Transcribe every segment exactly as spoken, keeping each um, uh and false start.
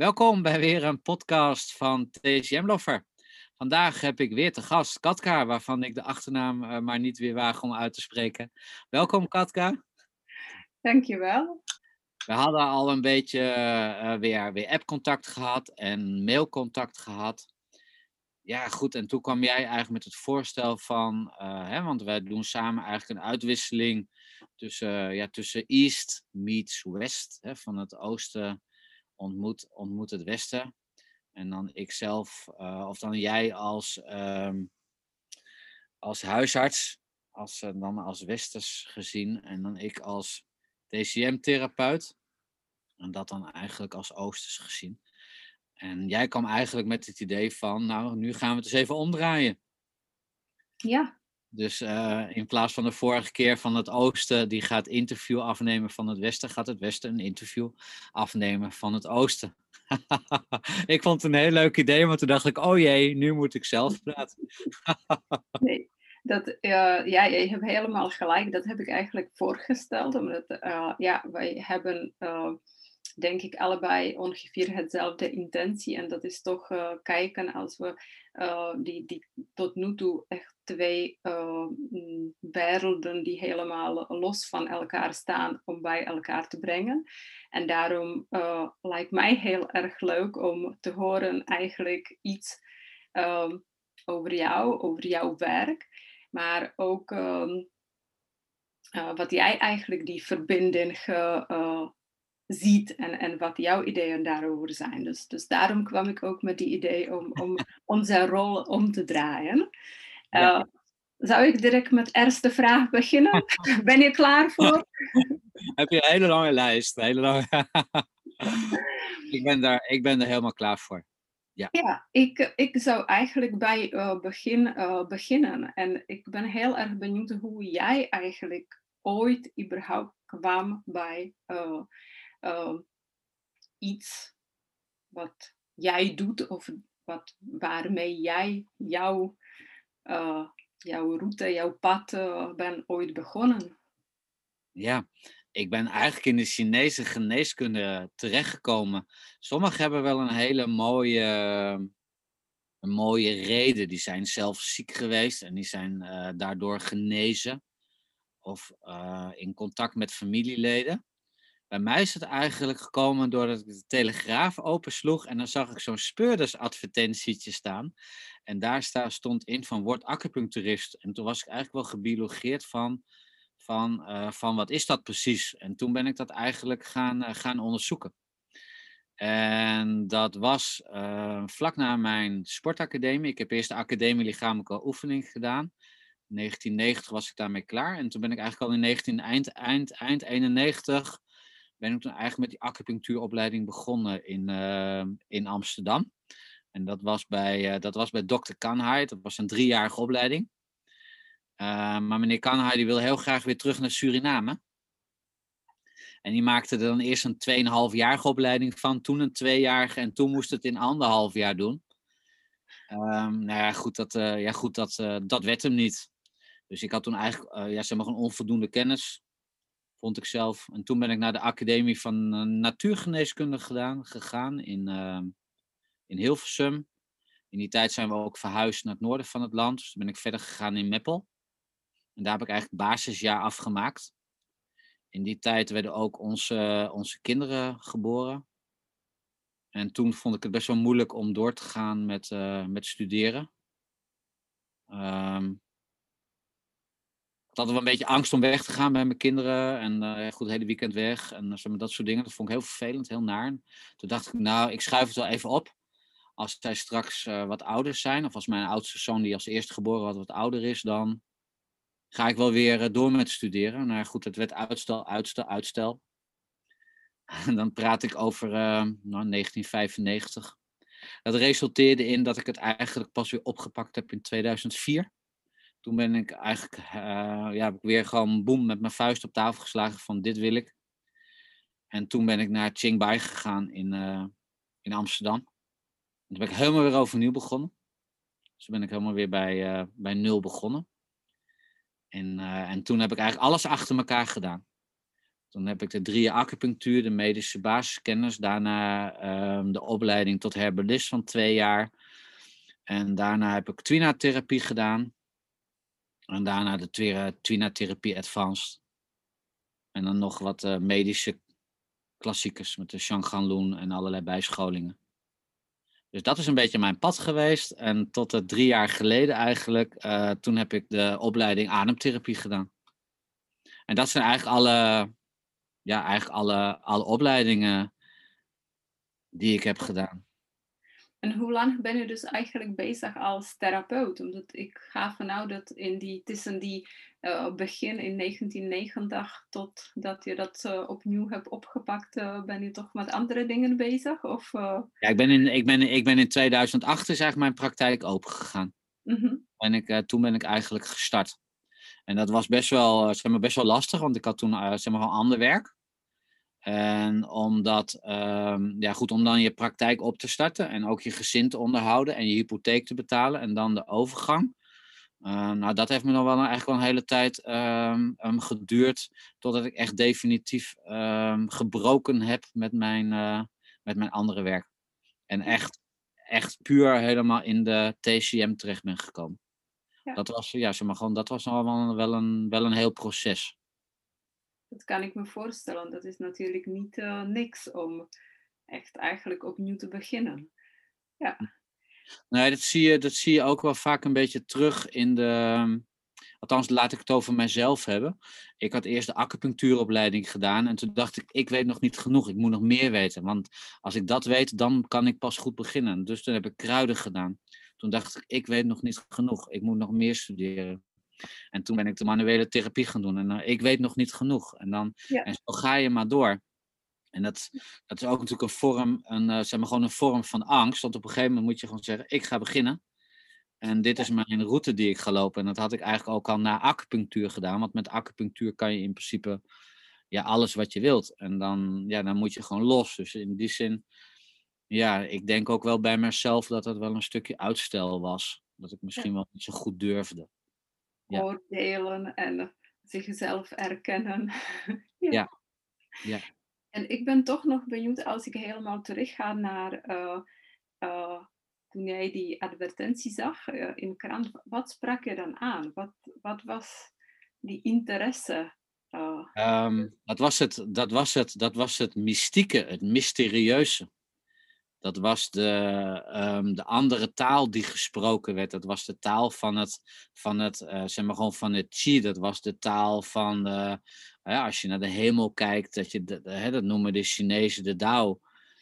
Welkom bij weer een podcast van T C M Lover. Vandaag heb ik weer te gast Katka, waarvan ik de achternaam eh, maar niet weer waag om uit te spreken. Welkom Katka. Dankjewel. We hadden al een beetje eh, weer, weer appcontact gehad en mailcontact gehad. Ja, goed, en toen kwam jij eigenlijk met het voorstel van, eh, hè, want wij doen samen eigenlijk een uitwisseling tussen, ja, tussen East meets West, hè, van het oosten ontmoet, ontmoet het westen. En dan ikzelf, uh, of dan jij als, um, als huisarts, als, uh, dan als westers gezien. En dan ik als T C M-therapeut. En dat dan eigenlijk als oosters gezien. En jij kwam eigenlijk met het idee van, nou, nu gaan we het eens even omdraaien. Ja. Dus uh, in plaats van de vorige keer van het oosten, die gaat interview afnemen van het westen, gaat het westen een interview afnemen van het oosten. Ik vond het een heel leuk idee, maar toen dacht ik, oh jee, nu moet ik zelf praten. Nee, dat, uh, ja, je hebt helemaal gelijk. Dat heb ik eigenlijk voorgesteld, omdat uh, ja, wij hebben, uh, denk ik, allebei ongeveer hetzelfde intentie. En dat is toch uh, kijken als we uh, die, die tot nu toe echt twee uh, werelden die helemaal los van elkaar staan, om bij elkaar te brengen. En daarom uh, lijkt mij heel erg leuk om te horen eigenlijk iets um, over jou, over jouw werk, maar ook um, uh, wat jij eigenlijk die verbinding uh, ziet en, en wat jouw ideeën daarover zijn. Dus, dus daarom kwam ik ook met die idee om, om onze rol om te draaien. Ja. Uh, zou ik direct met de eerste vraag beginnen? Ben je klaar voor? Heb je een hele lange lijst. Een hele lange... ik, ben daar, ik ben er helemaal klaar voor. Ja. Ja, ik, ik zou eigenlijk bij uh, begin uh, beginnen. En ik ben heel erg benieuwd hoe jij eigenlijk ooit überhaupt kwam bij uh, uh, iets wat jij doet of wat, waarmee jij jouw, uh, jouw route, jouw pad uh, bent ooit begonnen. Ja, ik ben eigenlijk in de Chinese geneeskunde terechtgekomen. Sommigen hebben wel een hele mooie, een mooie reden. Die zijn zelf ziek geweest en die zijn uh, daardoor genezen. Of uh, in contact met familieleden. Bij mij is het eigenlijk gekomen doordat ik de Telegraaf opensloeg en dan zag ik zo'n speurdersadvertentietje staan. En daar sta, stond in van word acupuncturist. En toen was ik eigenlijk wel gebiologeerd van, van, uh, van wat is dat precies? En toen ben ik dat eigenlijk gaan, uh, gaan onderzoeken. En dat was uh, vlak na mijn sportacademie. Ik heb eerst de academie lichamelijke oefening gedaan. In negentien negentig was ik daarmee klaar. En toen ben ik eigenlijk al in negentien, eind, eind, eind eenennegentig ben ik toen eigenlijk met die acupunctuuropleiding begonnen in, uh, in Amsterdam. En dat was bij, uh, dat was bij dokter Kanhai. Dat was een driejarige opleiding. Uh, maar meneer Kanhai die wil heel graag weer terug naar Suriname. En die maakte er dan eerst een tweeënhalfjarige opleiding van, toen een tweejarige en toen moest het in anderhalf jaar doen. Um, nou ja, goed, dat, uh, ja, goed dat, uh, dat werd hem niet. Dus ik had toen eigenlijk uh, ja, zeg maar een onvoldoende kennis, vond ik zelf. En toen ben ik naar de Academie van uh, Natuurgeneeskunde gedaan, gegaan in, uh, in Hilversum. In die tijd zijn we ook verhuisd naar het noorden van het land. Dus toen ben ik verder gegaan in Meppel. En daar heb ik eigenlijk basisjaar afgemaakt. In die tijd werden ook onze, onze kinderen geboren. En toen vond ik het best wel moeilijk om door te gaan met, uh, met studeren. Um, ik had wel een beetje angst om weg te gaan bij mijn kinderen. En uh, goed, het hele weekend weg. En uh, dat soort dingen. Dat vond ik heel vervelend, heel naar. Toen dacht ik, nou, ik schuif het wel even op. Als zij straks uh, wat ouder zijn. Of als mijn oudste zoon, die als eerste geboren was, wat ouder is. Dan ga ik wel weer uh, door met studeren. Nou goed, het werd uitstel, uitstel, uitstel. En dan praat ik over uh, nou, negentien vijfennegentig. Dat resulteerde in dat ik het eigenlijk pas weer opgepakt heb in tweeduizend vier. Toen ben ik eigenlijk uh, ja, heb ik weer gewoon boem met mijn vuist op tafel geslagen van dit wil ik. En toen ben ik naar Qingbai gegaan in, uh, in Amsterdam. En toen ben ik helemaal weer overnieuw begonnen. Dus toen ben ik helemaal weer bij, uh, bij nul begonnen. En, uh, en toen heb ik eigenlijk alles achter elkaar gedaan. Toen heb ik de drie jaar acupunctuur, de medische basiskennis. Daarna ehm, de opleiding tot herbalist van twee jaar. En daarna heb ik Twina-therapie gedaan. En daarna de Twina- Twina-therapie Advanced. En dan nog wat eh, medische klassiekers met de Shanghanlun en allerlei bijscholingen. Dus dat is een beetje mijn pad geweest. En tot uh, drie jaar geleden eigenlijk, uh, toen heb ik de opleiding ademtherapie gedaan. En dat zijn eigenlijk alle, ja, eigenlijk alle, alle opleidingen die ik heb gedaan. En hoe lang ben je dus eigenlijk bezig als therapeut? Omdat ik ga vanuit dat in die, tussen die uh, begin in negentien negentig tot dat je dat uh, opnieuw hebt opgepakt, uh, ben je toch met andere dingen bezig? Of, uh... Ja, ik ben, in, ik, ben, ik ben in tweeduizend acht is eigenlijk mijn praktijk opengegaan. Mm-hmm. En ik, uh, toen ben ik eigenlijk gestart. En dat was best wel, zeg maar, best wel lastig, want ik had toen uh, zeg maar, gewoon ander werk. En omdat, um, ja goed, om dan je praktijk op te starten en ook je gezin te onderhouden en je hypotheek te betalen en dan de overgang. Uh, nou, dat heeft me nog wel eigenlijk wel een hele tijd um, um, geduurd totdat ik echt definitief um, gebroken heb met mijn, uh, met mijn andere werk. En echt, echt puur helemaal in de T C M terecht ben gekomen. Ja. Dat was, ja, zeg maar gewoon, dat was nog wel, wel, een, wel een heel proces. Dat kan ik me voorstellen. Dat is natuurlijk niet uh, niks om echt eigenlijk opnieuw te beginnen. Ja. Nee, dat zie je, dat zie je ook wel vaak een beetje terug in de... Althans, laat ik het over mijzelf hebben. Ik had eerst de acupunctuuropleiding gedaan en toen dacht ik, ik weet nog niet genoeg, ik moet nog meer weten. Want als ik dat weet, dan kan ik pas goed beginnen. Dus toen heb ik kruiden gedaan. Toen dacht ik, ik weet nog niet genoeg, ik moet nog meer studeren. En toen ben ik de manuele therapie gaan doen en uh, ik weet nog niet genoeg. En, dan, ja. En zo ga je maar door. En dat, dat is ook natuurlijk een vorm, een, uh, zeg maar gewoon een vorm van angst. Want op een gegeven moment moet je gewoon zeggen, ik ga beginnen. En dit is mijn route die ik ga lopen. En dat had ik eigenlijk ook al na acupunctuur gedaan. Want met acupunctuur kan je in principe ja, alles wat je wilt. En dan, ja, dan moet je gewoon los. Dus in die zin, ja, ik denk ook wel bij mezelf dat het wel een stukje uitstel was. Dat ik misschien wel niet zo goed durfde. Ja. Oordelen en zichzelf erkennen. ja. ja. ja. En ik ben toch nog benieuwd als ik helemaal terug ga naar... Uh, uh, toen jij die advertentie zag uh, in de krant, wat sprak je dan aan? Wat, wat was die interesse? Uh... Um, dat, was het, dat, was het, dat was het mystieke, het mysterieuze. Dat was de, um, de andere taal die gesproken werd. Dat was de taal van het, van het uh, zeg maar gewoon van het chi. Dat was de taal van, uh, ja, als je naar de hemel kijkt, dat, je de, de, dat noemen de Chinezen de Dao.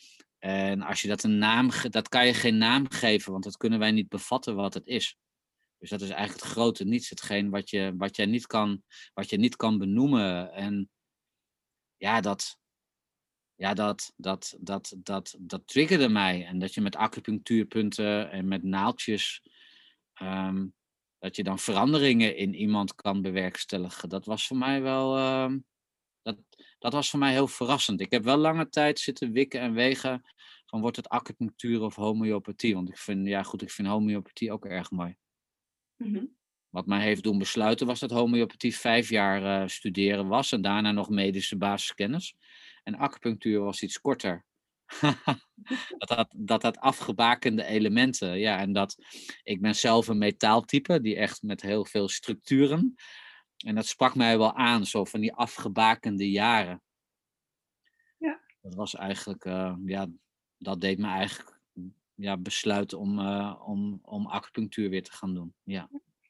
En als je dat een naam, dat kan je geen naam geven, want dat kunnen wij niet bevatten wat het is. Dus dat is eigenlijk het grote niets, hetgeen wat je, wat je, niet, kan, wat je niet kan benoemen. En ja, dat, ja, dat, dat, dat, dat, dat triggerde mij. En dat je met acupunctuurpunten en met naaldjes, um, dat je dan veranderingen in iemand kan bewerkstelligen. Dat was voor mij wel, um, dat, dat was voor mij heel verrassend. Ik heb wel lange tijd zitten wikken en wegen van wordt het acupunctuur of homeopathie. Want ik vind, ja goed, ik vind homeopathie ook erg mooi. Mm-hmm. Wat mij heeft doen besluiten was dat homeopathie vijf jaar uh, studeren was en daarna nog medische basiskennis. En acupunctuur was iets korter. dat, had, dat had afgebakende elementen. Ja, en dat ik ben zelf een metaaltype die echt met heel veel structuren. En dat sprak mij wel aan, zo van die afgebakende jaren. Ja. Dat was eigenlijk, uh, ja, dat deed me eigenlijk ja, besluiten om, uh, om, om acupunctuur weer te gaan doen. Ja.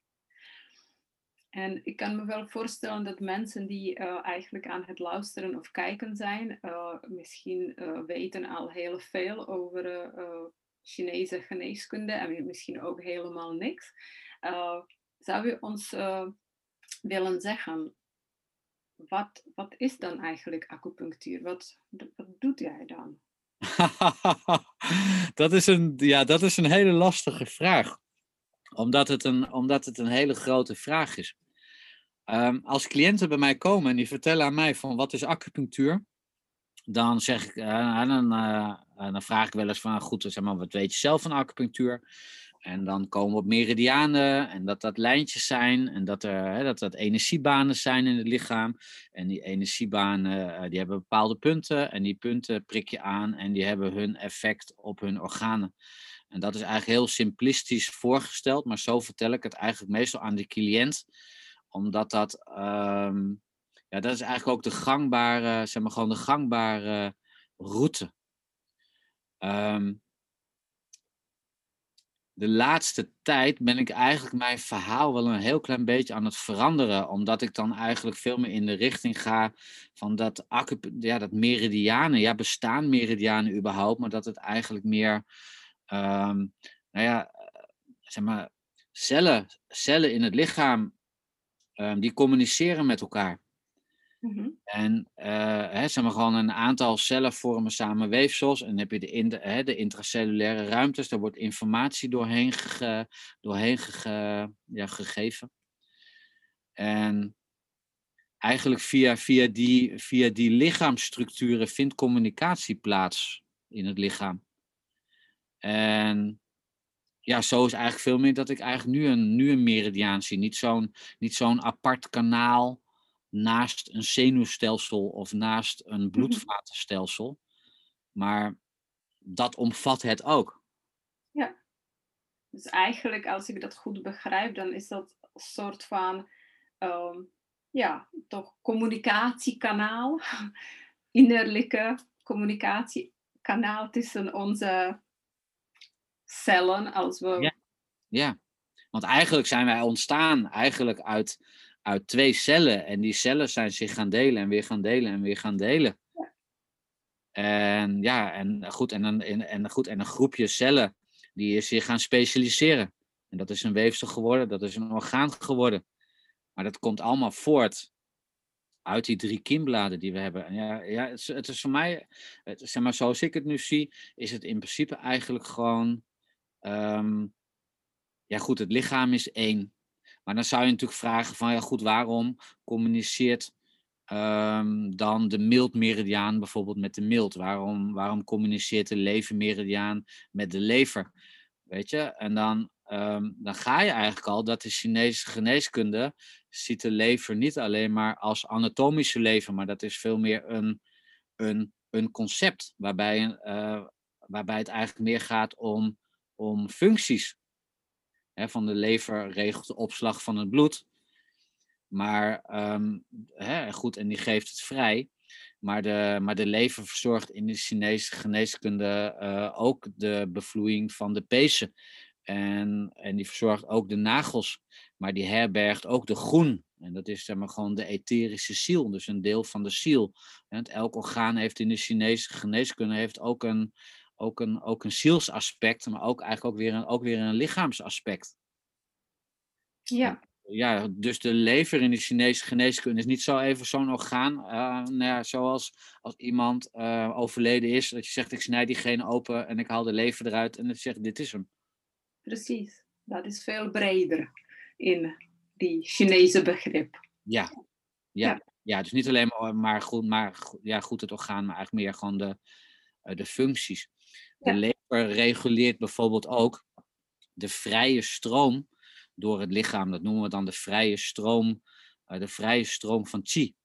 En ik kan me wel voorstellen dat mensen die uh, eigenlijk aan het luisteren of kijken zijn, uh, misschien uh, weten al heel veel over uh, Chinese geneeskunde en misschien ook helemaal niks. Uh, zou je ons uh, willen zeggen, wat, wat is dan eigenlijk acupunctuur? Wat, wat doet jij dan? dat, is een, ja, dat is een hele lastige vraag. Omdat het een, omdat het een hele grote vraag is. Um, als cliënten bij mij komen en die vertellen aan mij van wat is acupunctuur, dan zeg ik, uh, dan, uh, dan vraag ik wel eens van goed, zeg maar, wat weet je zelf van acupunctuur? En dan komen we op meridianen en dat dat lijntjes zijn en dat er hè, dat dat energiebanen zijn in het lichaam. En die energiebanen eh, die hebben bepaalde punten en die punten prik je aan en die hebben hun effect op hun organen. En dat is eigenlijk heel simplistisch voorgesteld, maar zo vertel ik het eigenlijk meestal aan de cliënt, omdat dat, ehm, ja, dat is eigenlijk ook de gangbare, zeg maar gewoon de gangbare route. Ehm, De laatste tijd ben ik eigenlijk mijn verhaal wel een heel klein beetje aan het veranderen, omdat ik dan eigenlijk veel meer in de richting ga van dat acup ja, dat meridianen, ja, bestaan meridianen überhaupt, maar dat het eigenlijk meer, ehm, nou ja, eh, zeg maar, cellen, cellen in het lichaam, ehm, die communiceren met elkaar. Mhm. En eh, hè, zeg maar gewoon een aantal cellen vormen samen weefsels. En dan heb je de, in, hè, de intracellulaire ruimtes, daar wordt informatie doorheen, ge, doorheen ge, ja, gegeven. En eigenlijk via, via, die, via die lichaamsstructuren vindt communicatie plaats in het lichaam. En ja, zo is eigenlijk veel meer dat ik eigenlijk nu een, nu een meridiaan zie. Niet zo'n, niet zo'n apart kanaal naast een zenuwstelsel of naast een Mhm. bloedvatenstelsel. Maar dat omvat het ook. Ja, dus eigenlijk, als ik dat goed begrijp, dan is dat een soort van, ehm, ja, toch communicatiekanaal, innerlijke communicatiekanaal tussen onze cellen, als we. Ja, ja. Want eigenlijk zijn wij ontstaan eigenlijk uit, uit twee cellen. En die cellen zijn zich gaan delen en weer gaan delen en weer gaan delen. En ja, en goed, en een, en, en goed, en een groepje cellen die is zich gaan specialiseren. En dat is een weefsel geworden, dat is een orgaan geworden. Maar dat komt allemaal voort uit die drie kiembladen die we hebben. En ja, ja het, is, het is voor mij, het, zeg maar, zoals ik het nu zie, is het in principe eigenlijk gewoon, ehm, ja goed, het lichaam is één. Maar dan zou je natuurlijk vragen van, ja goed, waarom communiceert ehm, dan de mildmeridiaan bijvoorbeeld met de mild? Waarom, waarom communiceert de levermeridiaan met de lever? Weet je? En dan, ehm, dan ga je eigenlijk al dat de Chinese geneeskunde ziet de lever niet alleen maar als anatomische lever, maar dat is veel meer een, een, een concept waarbij, eh, waarbij het eigenlijk meer gaat om, om functies. Hè, van de lever regelt de opslag van het bloed. Maar ehm, hè, goed, en die geeft het vrij. Maar de, maar de lever verzorgt in de Chinese geneeskunde uh, ook de bevloeiing van de pezen. En, en die verzorgt ook de nagels. Maar die herbergt ook de groen. En dat is zeg maar gewoon de etherische ziel. Dus een deel van de ziel. En elk orgaan heeft in de Chinese geneeskunde heeft ook een, ook een, ook een zielsaspect. Maar ook eigenlijk ook weer een, ook weer een lichaamsaspect. En, Ja, ja, dus de lever in de Chinese geneeskunde is niet zo even zo'n orgaan. Uh, nou ja, zoals als iemand uh, overleden is, dat je zegt: ik snijd diegene open en ik haal de lever eruit en dat je zegt: dit is hem. precies. Dat is veel breder in die Chinese begrip. Ja, ja, Ja, ja. Dus niet alleen maar, maar, goed, maar ja, goed het orgaan, maar eigenlijk meer gewoon de, uh, de functies. De ja, lever reguleert bijvoorbeeld ook de vrije stroom door het lichaam. Dat noemen we dan de vrije stroom, uh, de vrije stroom van qi.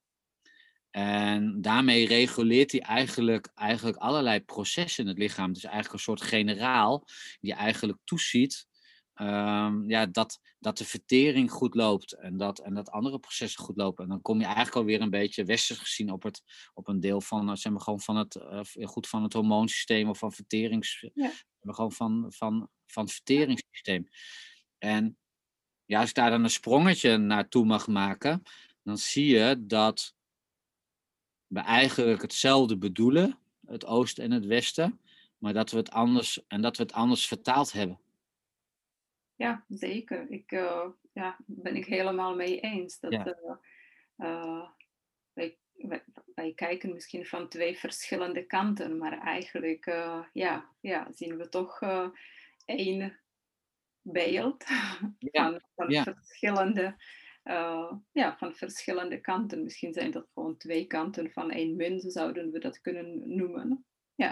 En daarmee reguleert hij eigenlijk, eigenlijk allerlei processen in het lichaam. Het is eigenlijk een soort generaal die eigenlijk toeziet um, ja, dat, dat de vertering goed loopt en dat, en dat andere processen goed lopen. En dan kom je eigenlijk alweer een beetje westers gezien op, het, op een deel van, zeg maar, gewoon van, het, uh, goed van het hormoonsysteem of van verterings, ja, maar gewoon van, van, van het verteringssysteem. En ja, als ik daar dan een sprongetje naartoe mag maken, dan zie je dat we eigenlijk hetzelfde bedoelen, het oosten en het westen, maar dat we het anders en dat we het anders vertaald hebben. ja, zeker. Ik, uh, ja, ben ik helemaal mee eens. Dat, Ja, uh, uh, wij, wij, wij, kijken misschien van twee verschillende kanten, maar eigenlijk uh, ja, ja, zien we toch uh, één beeld ja, van, van ja, verschillende. Uh, ja, van verschillende kanten. Misschien zijn dat gewoon twee kanten van één munt, zouden we dat kunnen noemen. Ja,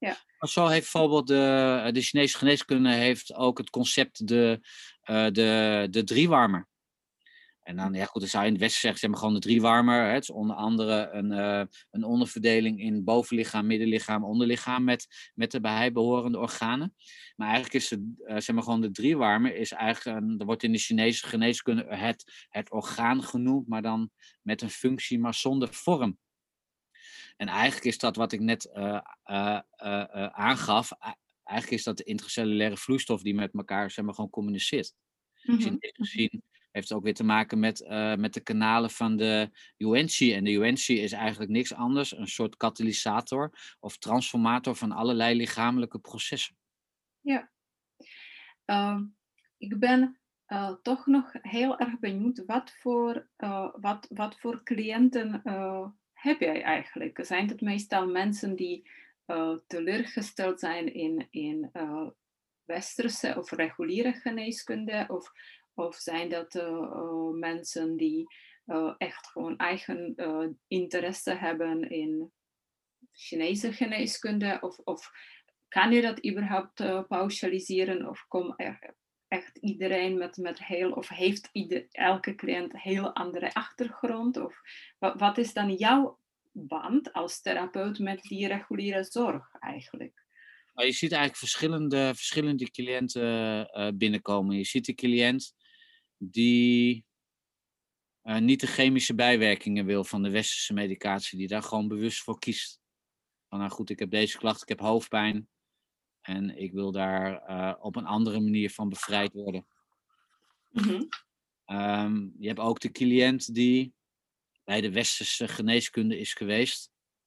Ja. Maar zo heeft bijvoorbeeld de, de Chinese geneeskunde heeft ook het concept de, uh, de, de driewarmer. En dan, ja goed, dan zou je in het Westen zeggen, zeg maar gewoon de driewarmer. Hè. Het is onder andere een, uh, een onderverdeling in bovenlichaam, middenlichaam, onderlichaam met, met de bijbehorende organen. Maar eigenlijk is het, uh, zeg maar gewoon de driewarmer, is eigenlijk, een, er wordt in de Chinese geneeskunde het, het orgaan genoemd, maar dan met een functie, maar zonder vorm. En eigenlijk is dat wat ik net uh, uh, uh, uh, aangaf, eigenlijk is dat de intracellulaire vloeistof die met elkaar, zeg maar, gewoon communiceert. Mm-hmm. Chinees gezien heeft het ook weer te maken met, uh, met de kanalen van de Yuanqi. En de Yuanqi is eigenlijk niks anders, een soort katalysator of transformator van allerlei lichamelijke processen. Ja. Uh, ik ben uh, toch nog heel erg benieuwd, wat voor, uh, wat, wat voor cliënten uh, heb jij eigenlijk? Zijn het meestal mensen die uh, teleurgesteld zijn in, in uh, westerse of reguliere geneeskunde? Of, of zijn dat uh, uh, mensen die uh, echt gewoon eigen uh, interesse hebben in Chinese geneeskunde? Of, of kan je dat überhaupt uh, pauschaliseren? Of kom er echt iedereen met, met heel, of heeft ieder, elke cliënt een heel andere achtergrond? Of wat, wat is dan jouw band als therapeut met die reguliere zorg eigenlijk? Maar je ziet eigenlijk verschillende, verschillende cliënten uh, binnenkomen. Je ziet de cliënt die uh, niet de chemische bijwerkingen wil van de westerse medicatie, die daar gewoon bewust voor kiest. Van nou goed, ik heb deze klacht, ik heb hoofdpijn en ik wil daar uh, op een andere manier van bevrijd worden. Mm-hmm. Um, je hebt ook de cliënt die bij de westerse geneeskunde is geweest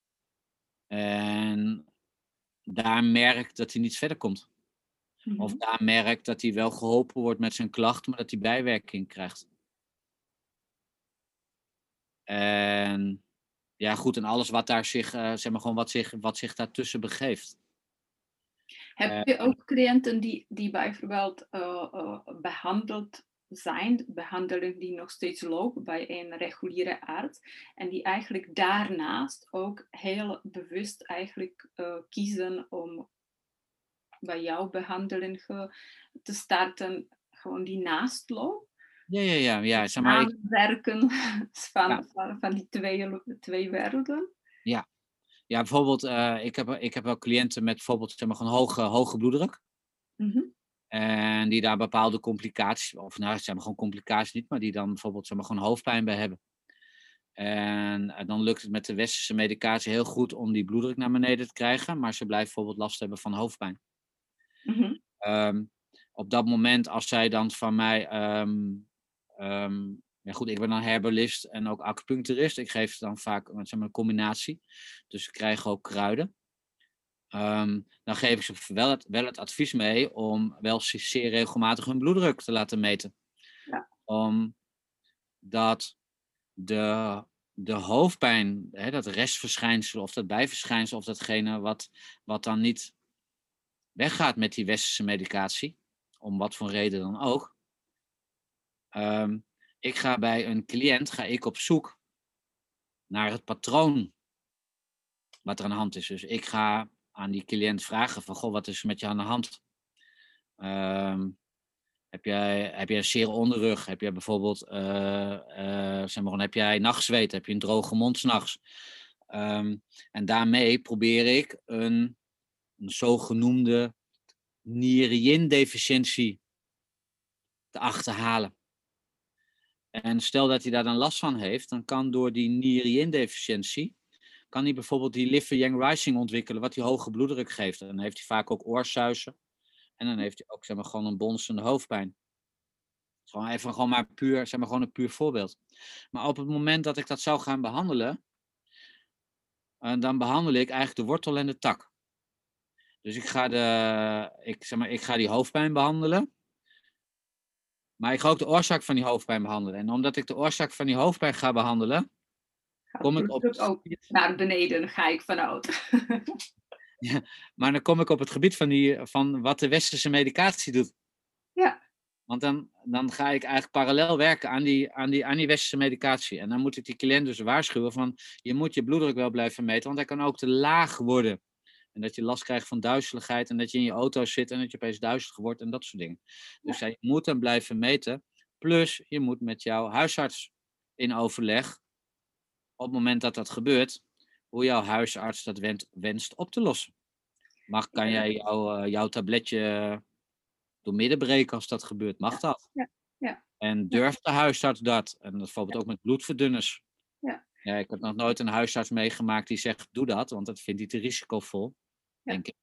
en daar merkt dat hij niet verder komt. Mm-hmm. Of daar merkt dat hij wel geholpen wordt met zijn klachten, maar dat hij bijwerking krijgt. En ja, goed, en alles wat daar zich, uh, zeg maar gewoon wat zich, wat zich daartussen begeeft. Heb je ook cliënten die, die bijvoorbeeld uh, uh, behandeld zijn, behandelingen die nog steeds lopen bij een reguliere arts, en die eigenlijk daarnaast ook heel bewust eigenlijk uh, kiezen om bij jouw behandeling te starten, gewoon die naastloop? Ja, ja, ja. ja zeg maar, ik... Aanwerken van, ja. van, van die twee, twee werelden? Ja. Ja, bijvoorbeeld, uh, ik, heb, ik heb wel cliënten met bijvoorbeeld zeg maar, gewoon hoge, hoge bloeddruk. Mm-hmm. En die daar bepaalde complicaties, of nou, zeg maar gewoon complicaties niet, maar die dan bijvoorbeeld zeg maar, gewoon hoofdpijn bij hebben. En uh, dan lukt het met de westerse medicatie heel goed om die bloeddruk naar beneden te krijgen, maar ze blijven bijvoorbeeld last hebben van hoofdpijn. Mm-hmm. Um, op dat moment, als zij dan van mij... Um, um, Ja, goed, ik ben dan herbalist en ook acupuncturist. Ik geef dan vaak zeg maar, een combinatie. Dus ze krijgen ook kruiden. Um, dan geef ik ze wel het, wel het advies mee om wel zeer regelmatig hun bloeddruk te laten meten. Ja. Omdat de, de hoofdpijn, hè, dat restverschijnsel of dat bijverschijnsel of datgene wat, wat dan niet weggaat met die westerse medicatie, om wat voor reden dan ook. Um, Ik ga bij een cliënt ga ik op zoek naar het patroon wat er aan de hand is. Dus ik ga aan die cliënt vragen van, goh, wat is er met je aan de hand? Um, heb jij, heb jij een zere onderrug? Heb jij bijvoorbeeld, uh, uh, zeg maar, heb jij nachtzweet? Heb je een droge mond 's nachts? Um, en daarmee probeer ik een, een zogenoemde nierindeficiëntie te achterhalen. En stel dat hij daar dan last van heeft, dan kan door die nierindeficiëntie, kan hij bijvoorbeeld die liver-yang rising ontwikkelen, wat die hoge bloeddruk geeft. En dan heeft hij vaak ook oorsuizen. En dan heeft hij ook zeg maar, gewoon een bonzende hoofdpijn. Gewoon even gewoon maar puur, zeg maar, gewoon een puur voorbeeld. Maar op het moment dat ik dat zou gaan behandelen, uh, dan behandel ik eigenlijk de wortel en de tak. Dus ik ga, de, ik, zeg maar, ik ga die hoofdpijn behandelen. Maar ik ga ook de oorzaak van die hoofdpijn behandelen. En omdat ik de oorzaak van die hoofdpijn ga behandelen, kom ik op het ook naar beneden, ga ik vanuit. Ja, maar dan kom ik op het gebied van, die, van wat de westerse medicatie doet. Ja. Want dan, dan ga ik eigenlijk parallel werken aan die, aan, die, aan die westerse medicatie. En dan moet ik die cliënt dus waarschuwen van, je moet je bloeddruk wel blijven meten, want hij kan ook te laag worden En dat je last krijgt van duizeligheid en dat je in je auto zit en dat je opeens duizelig wordt en dat soort dingen. Dus Ja. ja, je moet hem blijven meten. Plus, je moet met jouw huisarts in overleg, op het moment dat dat gebeurt, hoe jouw huisarts dat wens- wenst op te lossen. Mag, kan Ja. jij jouw, eh, jouw tabletje doormidden breken als dat gebeurt? Mag Ja. dat? Ja. Ja. En Ja. durft de huisarts dat? En bijvoorbeeld ook met bloedverdunners. Ja. Ja, ik heb nog nooit een huisarts meegemaakt die zegt: doe dat, want dat vindt hij te risicovol, Ja. denk ik.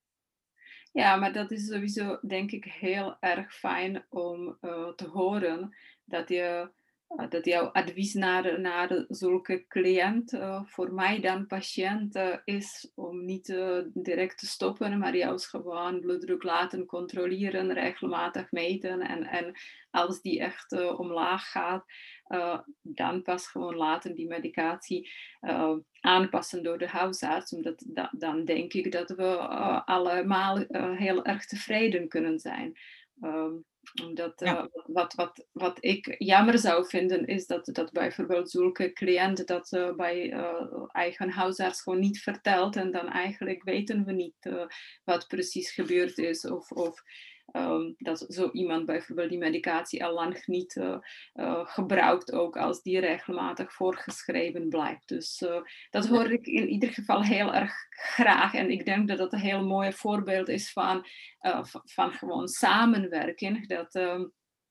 Ja, maar dat is sowieso denk ik heel erg fijn om eh, te horen dat je eh, dat jouw advies naar, naar zulke cliënt, eh, voor mij dan patiënt, eh, is om niet eh, direct te stoppen, maar juist gewoon bloeddruk laten controleren, regelmatig meten en, en als die echt eh, omlaag gaat, eh, dan pas gewoon laten die medicatie eh, aanpassen door de huisarts. Omdat da- dan denk ik dat we uh, allemaal uh, heel erg tevreden kunnen zijn. Um, omdat, Ja, uh, wat, wat, wat ik jammer zou vinden, is dat, dat bijvoorbeeld zulke cliënten dat uh, bij uh, eigen huisarts gewoon niet vertelt. En dan eigenlijk weten we niet uh, wat precies gebeurd is. Of, of um, dat zo iemand bijvoorbeeld die medicatie al lang niet uh, uh, gebruikt, ook als die regelmatig voorgeschreven blijft. Dus uh, dat hoor ik in ieder geval heel erg graag. En ik denk dat dat een heel mooi voorbeeld is van, uh, van, van gewoon samenwerking. Dat, uh,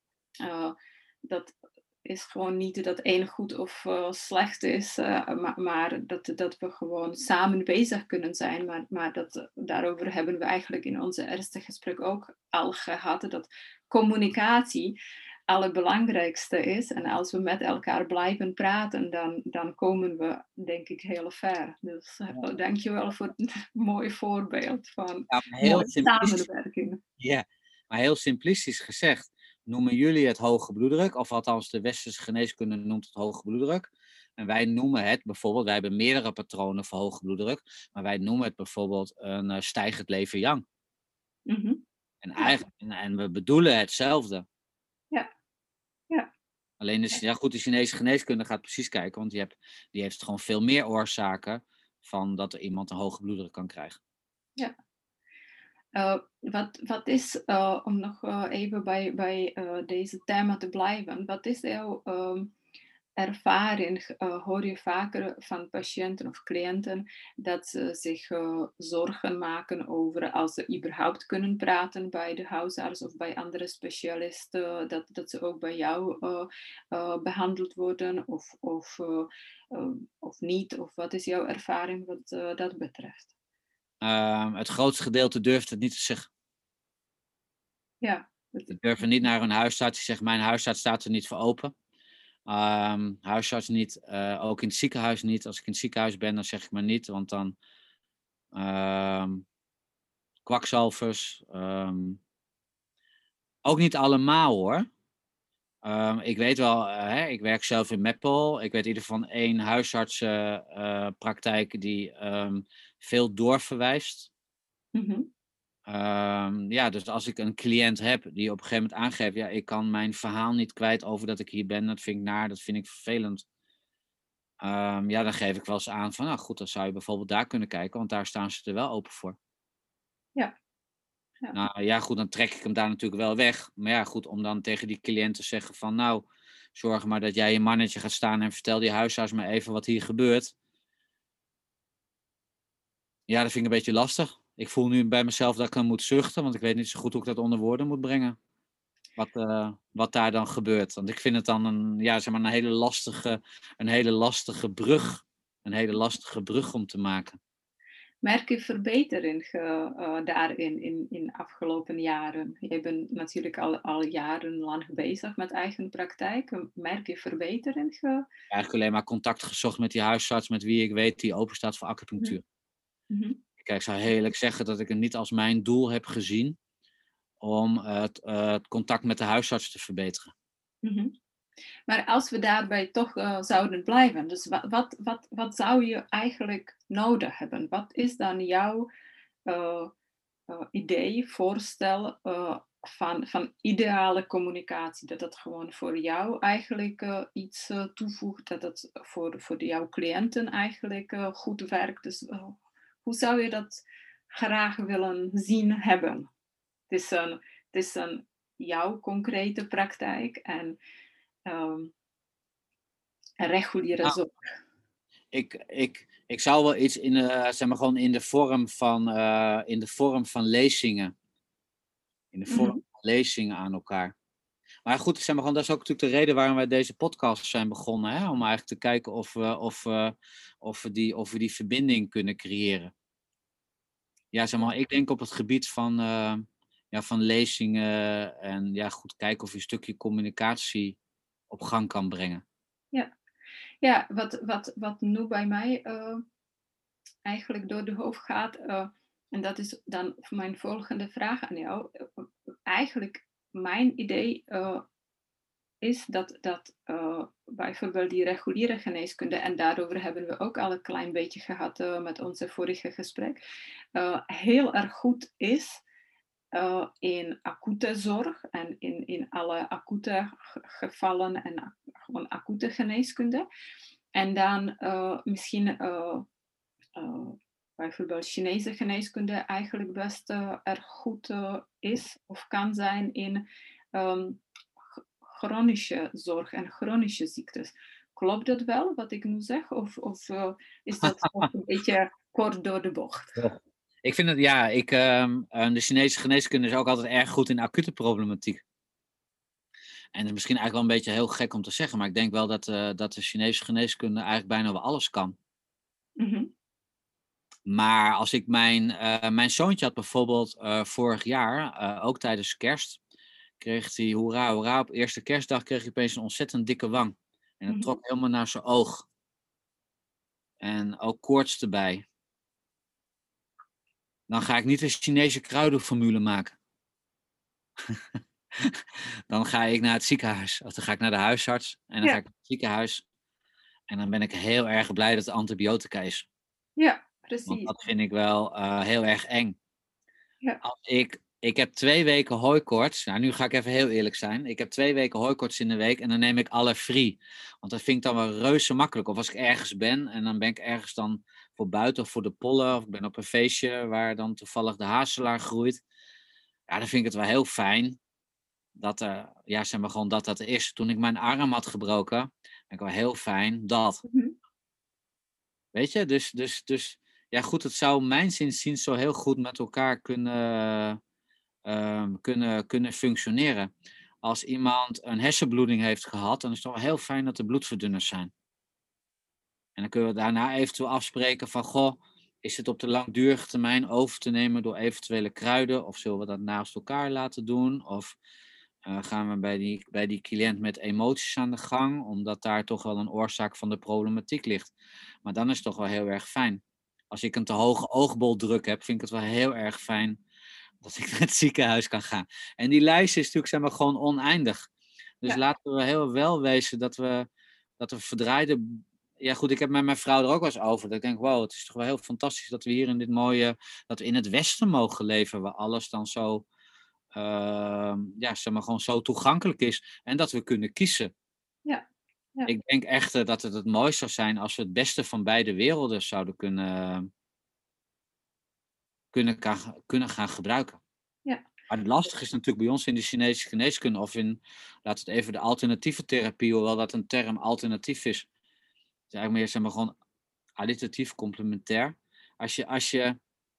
uh, dat is gewoon niet dat één goed of uh, slecht is, uh, maar, maar dat, dat we gewoon samen bezig kunnen zijn. Maar, maar dat, daarover hebben we eigenlijk in onze eerste gesprek ook al gehad. Dat communicatie allerbelangrijkste is. En als we met elkaar blijven praten, dan, dan komen we, denk ik, heel ver. Dus uh, dank je wel voor het mooie voorbeeld van ja, maar heel mooie simplistisch, samenwerking. ja, maar heel simplistisch gezegd, noemen jullie het hoge bloeddruk, of althans de westerse geneeskunde noemt het hoge bloeddruk. En wij noemen het bijvoorbeeld, wij hebben meerdere patronen voor hoge bloeddruk, maar wij noemen het bijvoorbeeld een uh, stijgend lever-yang. Mm-hmm. En, Ja, eigenlijk, en, en we bedoelen hetzelfde. ja, ja. Alleen de, ja goed, de Chinese geneeskunde gaat precies kijken, want die, hebt, die heeft gewoon veel meer oorzaken van dat er iemand een hoge bloeddruk kan krijgen. Ja. Uh, wat, wat is, uh, om nog uh, even bij, bij uh, deze thema te blijven, wat is jouw um, ervaring? Uh, hoor je vaker van patiënten of cliënten dat ze zich uh, zorgen maken over als ze überhaupt kunnen praten bij de huisarts of bij andere specialisten, dat, dat ze ook bij jou uh, uh, behandeld worden of, of, uh, uh, of niet? Of wat is jouw ervaring wat uh, dat betreft? Um, het grootste gedeelte durft het niet te zeggen. Ja. Die durven niet naar hun huisarts. Die zeggen, mijn huisarts staat er niet voor open. Um, huisarts niet, uh, ook in het ziekenhuis niet. Als ik in het ziekenhuis ben, dan zeg ik maar niet, want dan um, kwakzalvers. Um, ook niet allemaal hoor. Um, ik weet wel, uh, hè, ik werk zelf in Meppel. Ik weet in ieder geval één huisartsenpraktijk uh, die um, veel doorverwijst. Mm-hmm. Um, ja, dus als ik een cliënt heb die op een gegeven moment aangeeft, ja, ik kan mijn verhaal niet kwijt over dat ik hier ben, dat vind ik naar, dat vind ik vervelend. Um, ja, dan geef ik wel eens aan van, nou goed, dan zou je bijvoorbeeld daar kunnen kijken, want daar staan ze er wel open voor. Ja. Ja. Nou ja, goed, dan trek ik hem daar natuurlijk wel weg. Maar ja, goed, om dan tegen die cliënt te zeggen van, nou, zorg maar dat jij je mannetje gaat staan en vertel die huisarts maar even wat hier gebeurt. Ja, dat vind ik een beetje lastig. Ik voel nu bij mezelf dat ik dan moet zuchten, want ik weet niet zo goed hoe ik dat onder woorden moet brengen. Wat, uh, wat daar dan gebeurt. Want ik vind het dan een, ja, zeg maar een hele lastige, een hele lastige brug. Een hele lastige brug om te maken. Merk je verbetering uh, uh, daarin in, in de afgelopen jaren? Je bent natuurlijk al, al jarenlang bezig met eigen praktijk. Merk je verbetering? Uh? Eigenlijk alleen maar contact gezocht met die huisarts met wie ik weet die open staat voor acupunctuur. Mm-hmm. Kijk, ik zou heel eerlijk zeggen dat ik het niet als mijn doel heb gezien om het, uh, het contact met de huisarts te verbeteren. Mm-hmm. Maar als we daarbij toch uh, zouden blijven, dus wat, wat, wat, wat zou je eigenlijk nodig hebben? Wat is dan jouw uh, uh, idee, voorstel uh, van, van ideale communicatie? Dat het gewoon voor jou eigenlijk uh, iets uh, toevoegt, dat het voor, voor jouw cliënten eigenlijk uh, goed werkt. Dus uh, hoe zou je dat graag willen zien hebben. Het is een, het is een jouw concrete praktijk en um, reguliere Nou, zorg. ik, ik, ik zou wel iets in de, zeg maar gewoon in de vorm van, uh, in de vorm van lezingen. In de vorm Mhm. van lezingen aan elkaar. Maar goed, zeg maar gewoon, dat is ook natuurlijk de reden waarom wij deze podcast zijn begonnen. Hè? Om eigenlijk te kijken of we, of, uh, of, we die, of we die verbinding kunnen creëren. Ja, zeg maar, ik denk op het gebied van, uh, ja, van lezingen en ja, goed kijken of je een stukje communicatie op gang kan brengen. Ja, ja wat, wat, wat nu bij mij uh, eigenlijk door de hoofd gaat, uh, en dat is dan mijn volgende vraag aan jou. Uh, eigenlijk, mijn idee uh, is dat, dat uh, bijvoorbeeld die reguliere geneeskunde, en daarover hebben we ook al een klein beetje gehad uh, met onze vorige gesprek, uh, heel erg goed is uh, in acute zorg en in, in alle acute gevallen en a- gewoon acute geneeskunde. En dan uh, misschien uh, uh, bijvoorbeeld Chinese geneeskunde eigenlijk best uh, erg goed uh, is of kan zijn in um, chronische zorg en chronische ziektes. Klopt dat wel, wat ik nu zeg? Of, of uh, is dat nog een beetje kort door de bocht? Toch. Ik vind het, ja, ik, um, de Chinese geneeskunde is ook altijd erg goed in acute problematiek. En het is misschien eigenlijk wel een beetje heel gek om te zeggen, maar ik denk wel dat, uh, dat de Chinese geneeskunde eigenlijk bijna wel alles kan. Mm-hmm. Maar als ik mijn, uh, mijn zoontje had bijvoorbeeld uh, vorig jaar, uh, ook tijdens kerst, kreeg hij, hoera, hoera, op eerste kerstdag kreeg hij opeens een ontzettend dikke wang. En dat Mm-hmm. trok helemaal naar zijn oog. En ook koorts erbij. Dan ga ik niet een Chinese kruidenformule maken. Dan ga ik naar het ziekenhuis. Of dan ga ik naar de huisarts. En dan Ja, ga ik naar het ziekenhuis. En dan ben ik heel erg blij dat het antibiotica is. ja, Want precies. dat vind ik wel uh, heel erg eng. Ja. Als ik, ik heb twee weken hooikoorts. Nou, nu ga ik even heel eerlijk zijn. Ik heb twee weken hooikoorts in de week. En dan neem ik alle free. Want dat vind ik dan wel reuze makkelijk. Of als ik ergens ben. En dan ben ik ergens dan voor buiten of voor de pollen. Of ik ben op een feestje waar dan toevallig de hazelaar groeit. Ja, dan vind ik het wel heel fijn. Dat er, ja, zeg maar gewoon dat dat er is. Toen ik mijn arm had gebroken, vind ik wel heel fijn dat. Mm-hmm. Weet je, dus, dus, dus ja goed, het zou mijn zinziens zo heel goed met elkaar kunnen, uh, kunnen, kunnen functioneren. Als iemand een hersenbloeding heeft gehad, dan is het toch wel heel fijn dat er bloedverdunners zijn. En dan kunnen we daarna eventueel afspreken van, goh, is het op de langdurige termijn over te nemen door eventuele kruiden? Of zullen we dat naast elkaar laten doen? Of uh, gaan we bij die, bij die cliënt met emoties aan de gang? Omdat daar toch wel een oorzaak van de problematiek ligt. Maar dan is het toch wel heel erg fijn. Als ik een te hoge oogboldruk heb, vind ik het wel heel erg fijn dat ik naar het ziekenhuis kan gaan. En die lijst is natuurlijk zeg maar, gewoon oneindig. Dus Ja. laten we heel wel wezen dat we, dat we verdraaide. Ja, goed, ik heb met mijn vrouw er ook wel eens over. Dat ik denk, wow, het is toch wel heel fantastisch dat we hier in dit mooie, dat we in het Westen mogen leven, waar alles dan zo, uh, ja, zeg maar, gewoon zo toegankelijk is. En dat we kunnen kiezen. Ja. Ja. Ik denk echt uh, dat het het mooiste zou zijn als we het beste van beide werelden zouden kunnen, kunnen, kunnen gaan gebruiken. Ja. Maar het lastige is natuurlijk bij ons in de Chinese geneeskunde of in, laten we het even de alternatieve therapie, hoewel dat een term alternatief is. Het is eigenlijk meer, zeg maar, gewoon additief complementair. Als je, als je,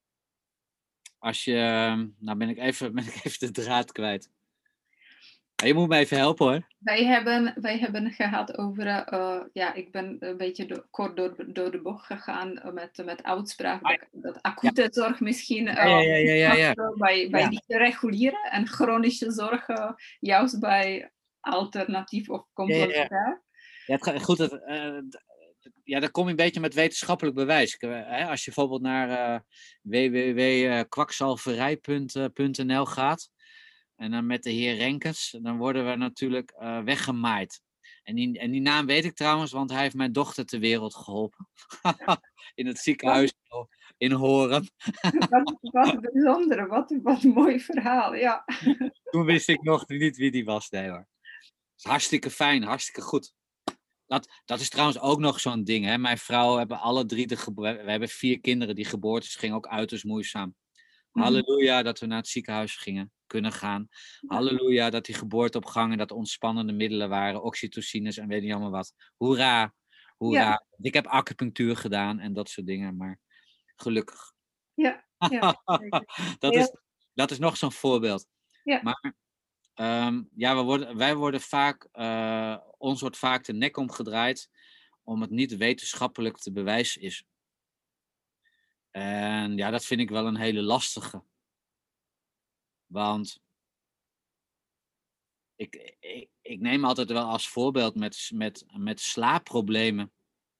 als je, nou ben ik even, ben ik even de draad kwijt. Maar je moet me even helpen hoor. Wij hebben, wij hebben gehad over, uh, ja, ik ben een beetje do, kort door, door de bocht gegaan met, met uitspraak, Ah, dat, dat acute ja. zorg misschien uh, Ja, ja, ja, ja, ja, ja. bij, bij Ja. die reguliere en chronische zorg uh, juist bij alternatief of complementair. Ja, ja, ja. Ja, het gaat, goed, dat, uh, ja, dan kom je een beetje met wetenschappelijk bewijs. Hè? Als je bijvoorbeeld naar uh, w w w punt kwakzalverij punt n l gaat en dan met de heer Renkens, dan worden we natuurlijk uh, weggemaaid. En die, en die naam weet ik trouwens, want hij heeft mijn dochter ter wereld geholpen. In het ziekenhuis in Horen. Wat, wat bijzonder, wat, wat een mooi verhaal, ja. Toen wist ik nog niet wie die was, nee hoor. Hartstikke fijn, hartstikke goed. Dat, dat is trouwens ook nog zo'n ding. Hè? Mijn vrouw hebben alle drie de geboorte. We hebben vier kinderen. Die geboortes gingen ook uiterst moeizaam. Mhm. Halleluja dat we naar het ziekenhuis gingen, kunnen gaan. Ja, Halleluja dat die geboorte op gang en dat er ontspannende middelen waren, oxytocines en weet niet allemaal wat. Hoera, ja, hoera. Ik heb acupunctuur gedaan en dat soort dingen, maar gelukkig. ja, ja, zeker. Dat is, Heel dat is nog zo'n voorbeeld. ja, Maar ehm, ja, we worden, wij worden vaak, eh, ons wordt vaak de nek omgedraaid om het niet wetenschappelijk te bewijzen is. En ja, dat vind ik wel een hele lastige. Want ik, ik, ik neem altijd wel als voorbeeld met, s- met, met slaapproblemen.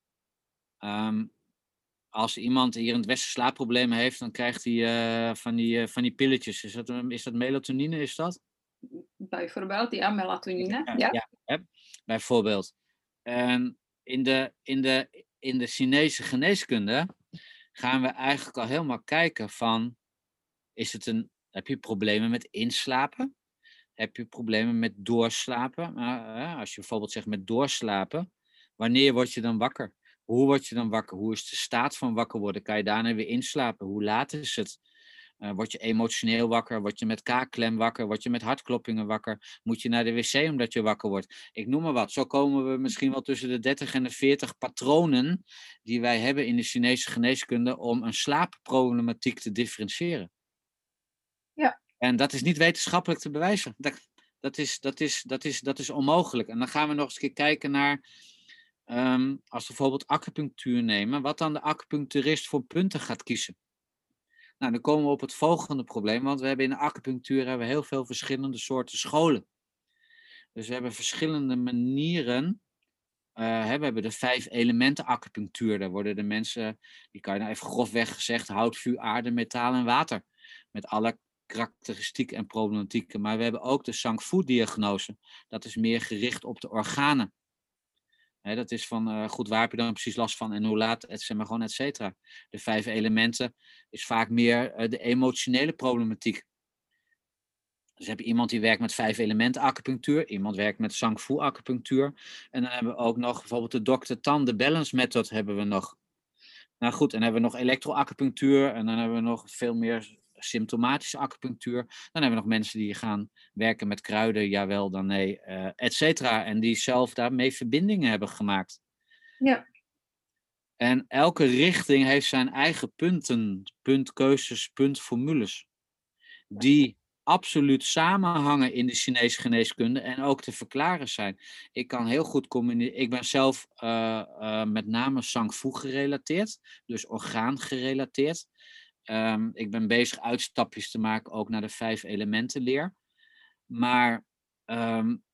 Ehm, als iemand hier in het Westen slaapproblemen heeft, dan krijgt hij eh, van, die, eh, van die pilletjes. Is dat, een- is dat melatonine, is dat? bijvoorbeeld, ja, melatonine. Ja, Ja, ja, hè, bijvoorbeeld. En in de, in de, in de Chinese geneeskunde gaan we eigenlijk al helemaal kijken van, is het een, heb je problemen met inslapen? Heb je problemen met doorslapen? Uh, uh, als je bijvoorbeeld zegt met doorslapen, wanneer word je dan wakker? Hoe word je dan wakker? Hoe is de staat van wakker worden? Kan je daarna weer inslapen? Hoe laat is het? Uh, word je emotioneel wakker? Word je met kaakklem wakker? Word je met hartkloppingen wakker? Moet je naar de wc omdat je wakker wordt? Ik noem maar wat. Zo komen we misschien wel tussen de dertig en de veertig patronen die wij hebben in de Chinese geneeskunde om een slaapproblematiek te differentiëren. ja, En dat is niet wetenschappelijk te bewijzen. Dat, dat, is, dat, is, dat, is, dat is onmogelijk. En dan gaan we nog eens een keer kijken naar, um, als we bijvoorbeeld acupunctuur nemen, wat dan de acupuncturist voor punten gaat kiezen. Nou, dan komen we op het volgende probleem, want we hebben in de acupunctuur hebben we heel veel verschillende soorten scholen. Dus we hebben verschillende manieren. Uh, hè, we hebben de vijf elementen acupunctuur. Daar worden de mensen, die kan je nou even grofweg gezegd, hout, vuur, aarde, metaal en water. Met alle karakteristieken en problematieken. Maar we hebben ook de Sang Fu diagnose. Dat is meer gericht op de organen. Hè, dat is van, uh, goed, waar heb je dan precies last van en hoe laat, et cetera, gewoon et cetera. De vijf elementen is vaak meer uh, de emotionele problematiek. Dus heb je iemand die werkt met vijf elementen acupunctuur, iemand werkt met Sang Fu acupunctuur. En dan hebben we ook nog bijvoorbeeld de dokter Tan, de Balance Method hebben we nog. Nou goed, en dan hebben we nog elektroacupunctuur en dan hebben we nog veel meer symptomatische acupunctuur. Dan hebben we nog mensen die gaan werken met kruiden, jawel, dan nee, uh, et cetera. En die zelf daarmee verbindingen hebben gemaakt. ja, En elke richting heeft zijn eigen punten, puntkeuzes, puntformules. Die absoluut samenhangen in de Chinese geneeskunde en ook te verklaren zijn. Ik kan heel goed communiceren. Ik ben zelf uh, uh, met name Sang Fu gerelateerd, dus orgaan gerelateerd. Um, ik ben bezig uitstapjes te maken ook naar de vijf elementen leer. Maar um,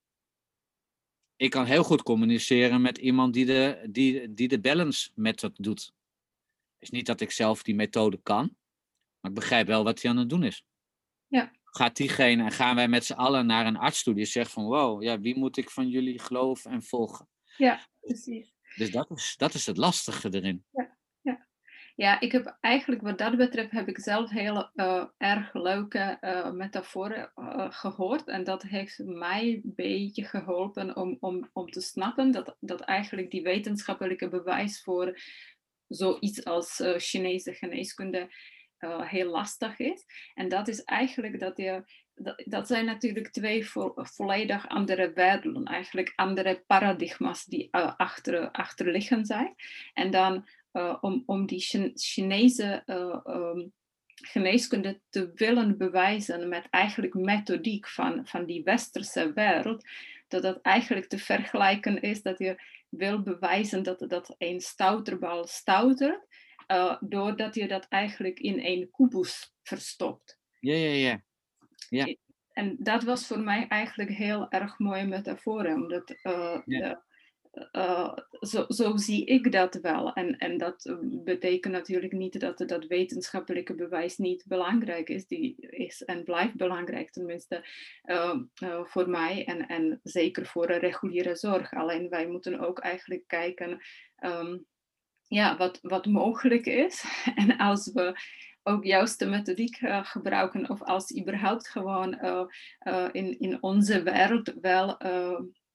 ik kan heel goed communiceren met iemand die de, die, die de balance method doet. Het is niet dat ik zelf die methode kan, maar ik begrijp wel wat hij aan het doen is. ja, Gaat diegene en gaan wij met z'n allen naar een arts toe die zegt van wow, ja, wie moet ik van jullie geloven en volgen? ja, precies. Dus dat is, dat is het lastige erin. Ja, ja. Ja, ik heb eigenlijk wat dat betreft heb ik zelf heel uh, erg leuke uh, metaforen uh, gehoord. En dat heeft mij een beetje geholpen om, om, om te snappen dat, dat eigenlijk die wetenschappelijke bewijs voor zoiets als uh, Chinese geneeskunde uh, heel lastig is. En dat is eigenlijk dat je, dat, dat zijn natuurlijk twee vo volledig andere werelden, eigenlijk andere paradigma's die uh, achter, achterliggen zijn. En dan uh, om, om die Chinese uh, um, geneeskunde te willen bewijzen met eigenlijk methodiek van, van die westerse wereld, dat dat eigenlijk te vergelijken is dat je wil bewijzen dat, dat een stouterbal stoutert, uh, doordat je dat eigenlijk in een kubus verstopt. Ja, ja, ja. ja. En dat was voor mij eigenlijk heel erg mooie metafoor, omdat uh, ja. de, uh, zo, zo zie ik dat wel. En, en dat betekent natuurlijk niet dat dat wetenschappelijke bewijs niet belangrijk is. Die is en blijft belangrijk, tenminste uh, uh, voor mij en, en zeker voor een reguliere zorg. Alleen wij moeten ook eigenlijk kijken um, ja, wat, wat mogelijk is. En als we ook juiste methodiek uh, gebruiken of als überhaupt gewoon uh, uh, in, in onze wereld wel uh,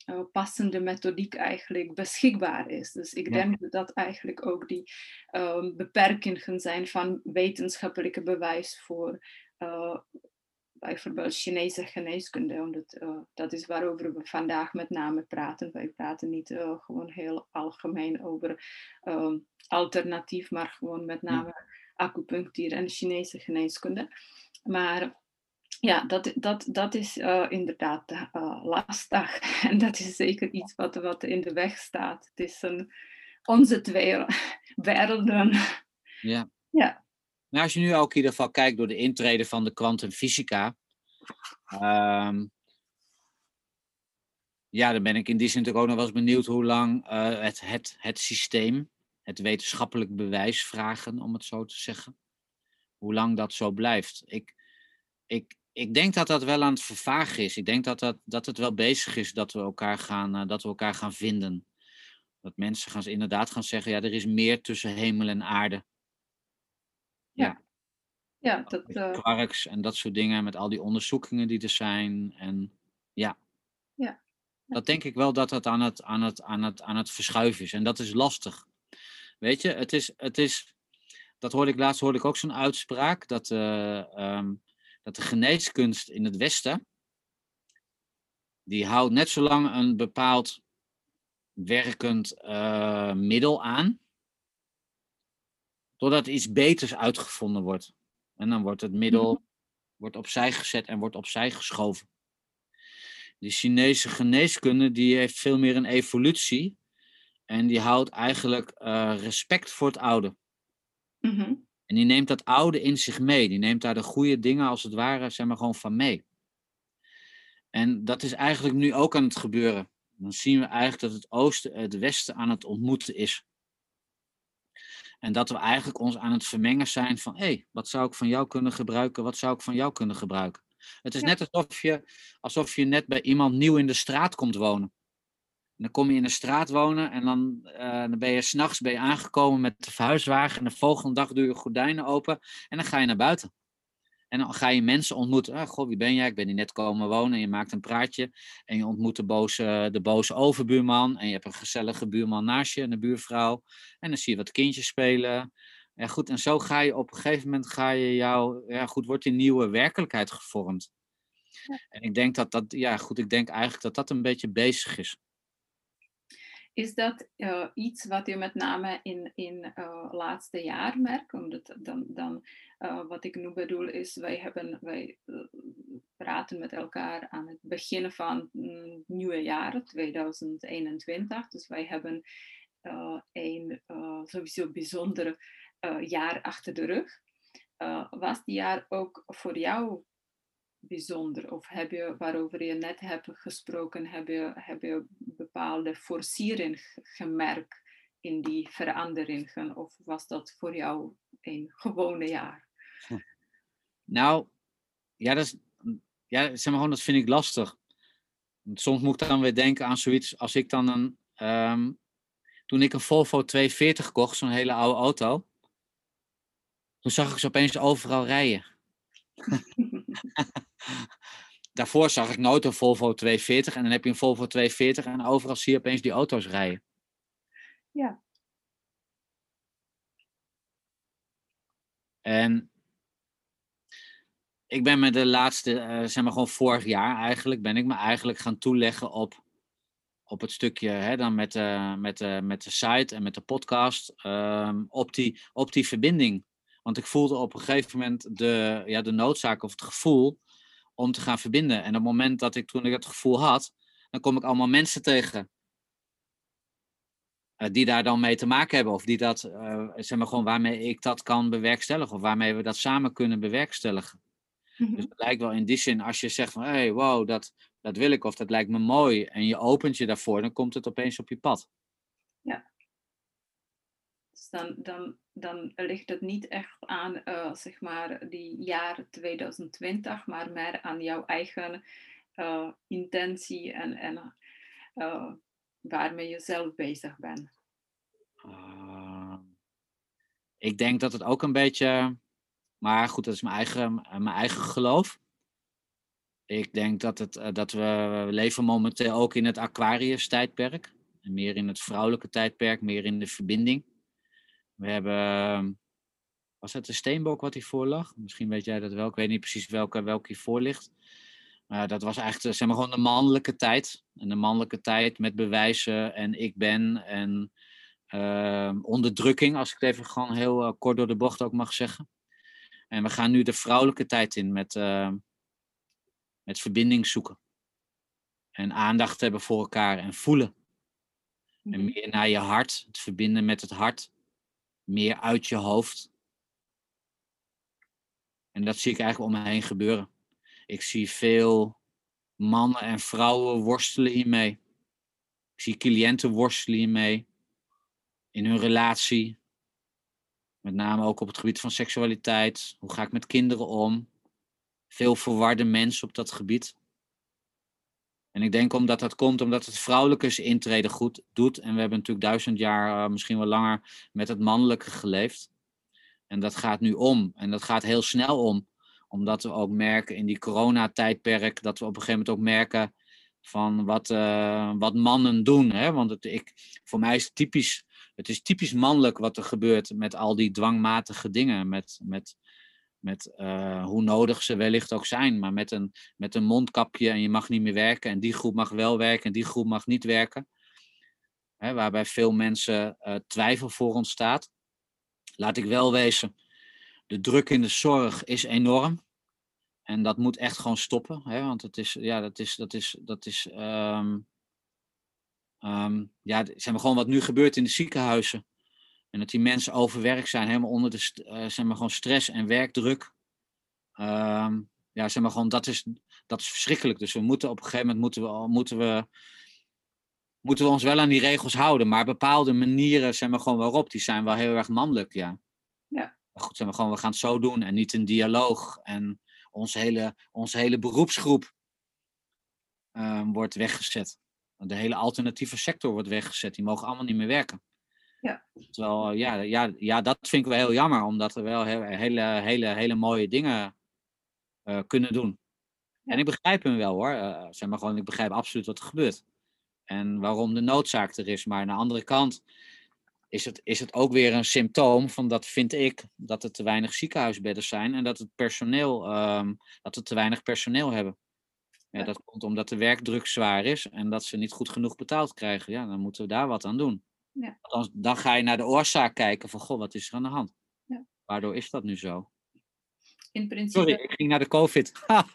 uh, passende methodiek eigenlijk beschikbaar is. Dus ik Ja, denk dat dat eigenlijk ook die um, beperkingen zijn van wetenschappelijke bewijs voor uh, bijvoorbeeld Chinese geneeskunde. Omdat, uh, dat is waarover we vandaag met name praten. Wij praten niet uh, gewoon heel algemeen over um, alternatief, maar gewoon met ja, name acupunctuur en Chinese geneeskunde. Maar ja, dat, dat, dat is uh, inderdaad uh, lastig. En dat is zeker iets wat, wat in de weg staat. Het is een, onze twee werelden. ja. Ja. Nou, als je nu ook in ieder geval kijkt door de intrede van de kwantumfysica, ehm, ja, dan ben ik in die zin natuurlijk ook nog wel eens benieuwd hoe lang uh, het, het, het systeem, het wetenschappelijk bewijs vragen, om het zo te zeggen, hoe lang dat zo blijft. Ik, ik, ik denk dat dat wel aan het vervagen is. Ik denk dat, dat, dat het wel bezig is dat we elkaar gaan, uh, dat we elkaar gaan vinden. Dat mensen gaan, inderdaad gaan zeggen, ja, er is meer tussen hemel en aarde. Ja, Ja, ja, dat, met uh, quarks en dat soort dingen, met al die onderzoekingen die er zijn. En ja, ja, ja. dat denk ik wel dat het aan het, aan het, aan het, aan het verschuiven is. En dat is lastig. Weet je, het is, het is, dat hoorde ik laatst, hoorde ik ook zo'n uitspraak, dat, uh, um, dat de geneeskunst in het Westen, die houdt net zo lang een bepaald werkend uh, middel aan, totdat iets beters uitgevonden wordt. En dan wordt het Mhm. middel wordt opzij gezet en wordt opzij geschoven. De Chinese geneeskunde die heeft veel meer een evolutie en die houdt eigenlijk uh, respect voor het oude. Mhm. En die neemt dat oude in zich mee. Die neemt daar de goede dingen als het ware, zeg maar, gewoon van mee. En dat is eigenlijk nu ook aan het gebeuren. Dan zien we eigenlijk dat het oosten het westen aan het ontmoeten is. En dat we eigenlijk ons aan het vermengen zijn van, hé, hey, wat zou ik van jou kunnen gebruiken? Wat zou ik van jou kunnen gebruiken? Het is Ja. net alsof je, alsof je net bij iemand nieuw in de straat komt wonen. En dan kom je in de straat wonen en dan, uh, dan ben je s'nachts aangekomen met de verhuiswagen. En de volgende dag doe je gordijnen open en dan ga je naar buiten. En dan ga je mensen ontmoeten. Ah, goh, wie ben jij? Ik ben hier net komen wonen. En je maakt een praatje. En je ontmoet de boze, de boze overbuurman. En je hebt een gezellige buurman naast je, en de buurvrouw. En dan zie je wat kindjes spelen. Ja, goed, en zo ga je op een gegeven moment, ga je jou, ja, goed, wordt die nieuwe werkelijkheid gevormd. En ik denk dat dat, ja, goed, ik denk eigenlijk dat dat een beetje bezig is. Is dat uh, iets wat je met name in in uh, laatste jaar merkt? Omdat dan, dan uh, wat ik nu bedoel is, wij hebben wij uh, praten met elkaar aan het begin van het mm, nieuwe jaar tweeduizend eenentwintig. Dus wij hebben uh, een uh, sowieso bijzonder uh, jaar achter de rug. Uh, was die jaar ook voor jou bijzonder? Of heb je, waarover je net hebt gesproken, heb je, heb je bepaalde forcering gemerkt in die veranderingen? Of was dat voor jou een gewone jaar? Nou, ja, dat, is, ja, zeg maar gewoon, dat vind ik lastig. Want soms moet ik dan weer denken aan zoiets als ik dan een... Um, toen ik een Volvo tweehonderdveertig kocht, zo'n hele oude auto, toen zag ik ze opeens overal rijden. Daarvoor zag ik nooit een Volvo tweehonderdveertig en dan heb je een Volvo tweehonderdveertig en overal zie je opeens die auto's rijden. Ja. En ik ben me de laatste, uh, zeg maar gewoon vorig jaar eigenlijk, ben ik me eigenlijk gaan toeleggen op, op het stukje, hè, dan met, uh, met, uh, met de site en met de podcast, um, op, die, op die verbinding. Want ik voelde op een gegeven moment de, ja, de noodzaak of het gevoel om te gaan verbinden. En op het moment dat ik, toen ik het gevoel had, dan kom ik allemaal mensen tegen. Uh, die daar dan mee te maken hebben. Of die dat, uh, zeg maar gewoon waarmee ik dat kan bewerkstelligen. Of waarmee we dat samen kunnen bewerkstelligen. Dus Mhm. het lijkt wel in die zin, als je zegt van, hé, hey, wow, dat, dat wil ik. Of dat lijkt me mooi. En je opent je daarvoor, dan komt het opeens op je pad. Ja. Dus dan, dan, dan ligt het niet echt aan, uh, zeg maar, die jaar tweeduizend twintig, maar meer aan jouw eigen uh, intentie en, en uh, waarmee je zelf bezig bent. Uh, ik denk dat het ook een beetje, maar goed, dat is mijn eigen, mijn eigen geloof. Ik denk dat, het, uh, dat we, we leven momenteel ook in het Aquarius-tijdperk. En meer in het vrouwelijke tijdperk, meer in de verbinding. We hebben, uh, was het de steenbok wat hiervoor lag? Misschien weet jij dat wel. Ik weet niet precies welke, welke hiervoor ligt. Uh, dat was eigenlijk zeg maar, gewoon de mannelijke tijd. En de mannelijke tijd met bewijzen en ik ben en uh, onderdrukking, als ik het even gewoon heel uh, kort door de bocht ook mag zeggen. En we gaan nu de vrouwelijke tijd in met, uh, met verbinding zoeken. En aandacht hebben voor elkaar en voelen. Mm-hmm. En meer naar je hart, het verbinden met het hart. Meer uit je hoofd. En dat zie ik eigenlijk om me heen gebeuren. Ik zie veel mannen en vrouwen worstelen hiermee. Ik zie cliënten worstelen hiermee. In hun relatie. Met name ook op het gebied van seksualiteit. Hoe ga ik met kinderen om? Veel verwarde mensen op dat gebied. En ik denk omdat dat komt omdat het vrouwelijke zijn intrede goed doet. En we hebben natuurlijk duizend jaar, uh, misschien wel langer, met het mannelijke geleefd. En dat gaat nu om. En dat gaat heel snel om. Omdat we ook merken in die coronatijdperk, dat we op een gegeven moment ook merken van wat, uh, wat mannen doen. Hè? Want het, ik, voor mij is het typisch, het is typisch mannelijk wat er gebeurt met al die dwangmatige dingen. Met, met, met uh, hoe nodig ze wellicht ook zijn. Maar met een, met een mondkapje en je mag niet meer werken. En die groep mag wel werken en die groep mag niet werken. Hè, waarbij veel mensen uh, twijfel voor ontstaat. Laat ik wel wezen, de druk in de zorg is enorm. En dat moet echt gewoon stoppen. Hè? Want het is, ja, dat is, dat is, dat is, um, um, ja, zeg maar gewoon wat nu gebeurt in de ziekenhuizen. En dat die mensen overwerkt zijn, helemaal onder de, uh, zeg maar gewoon stress en werkdruk. Um, ja, zeg maar gewoon, dat is, dat is verschrikkelijk. Dus we moeten op een gegeven moment, moeten we, moeten we, moeten we ons wel aan die regels houden. Maar bepaalde manieren, zeg maar gewoon waarop, die zijn wel heel erg mannelijk, ja. Ja. Goed, zeg maar gewoon, we gaan het zo doen en niet in dialoog. En onze hele, onze hele beroepsgroep uh, wordt weggezet. De hele alternatieve sector wordt weggezet. Die mogen allemaal niet meer werken. Ja. Terwijl, ja, ja, ja, dat vind ik wel heel jammer. Omdat we wel heel, hele, hele, hele mooie dingen uh, kunnen doen. Ja. En ik begrijp hem wel hoor. Uh, zeg maar gewoon, ik begrijp absoluut wat er gebeurt. En waarom de noodzaak er is. Maar aan de andere kant is het, is het ook weer een symptoom van, dat vind ik, dat er te weinig ziekenhuisbedden zijn en dat het personeel, um, dat we te weinig personeel hebben. Ja, ja. Dat komt omdat de werkdruk zwaar is en dat ze niet goed genoeg betaald krijgen. Ja, dan moeten we daar wat aan doen. Ja. Dan, dan ga je naar de oorzaak kijken van, goh, wat is er aan de hand? Ja. Waardoor is dat nu zo? In principe... Sorry, ik ging naar de COVID.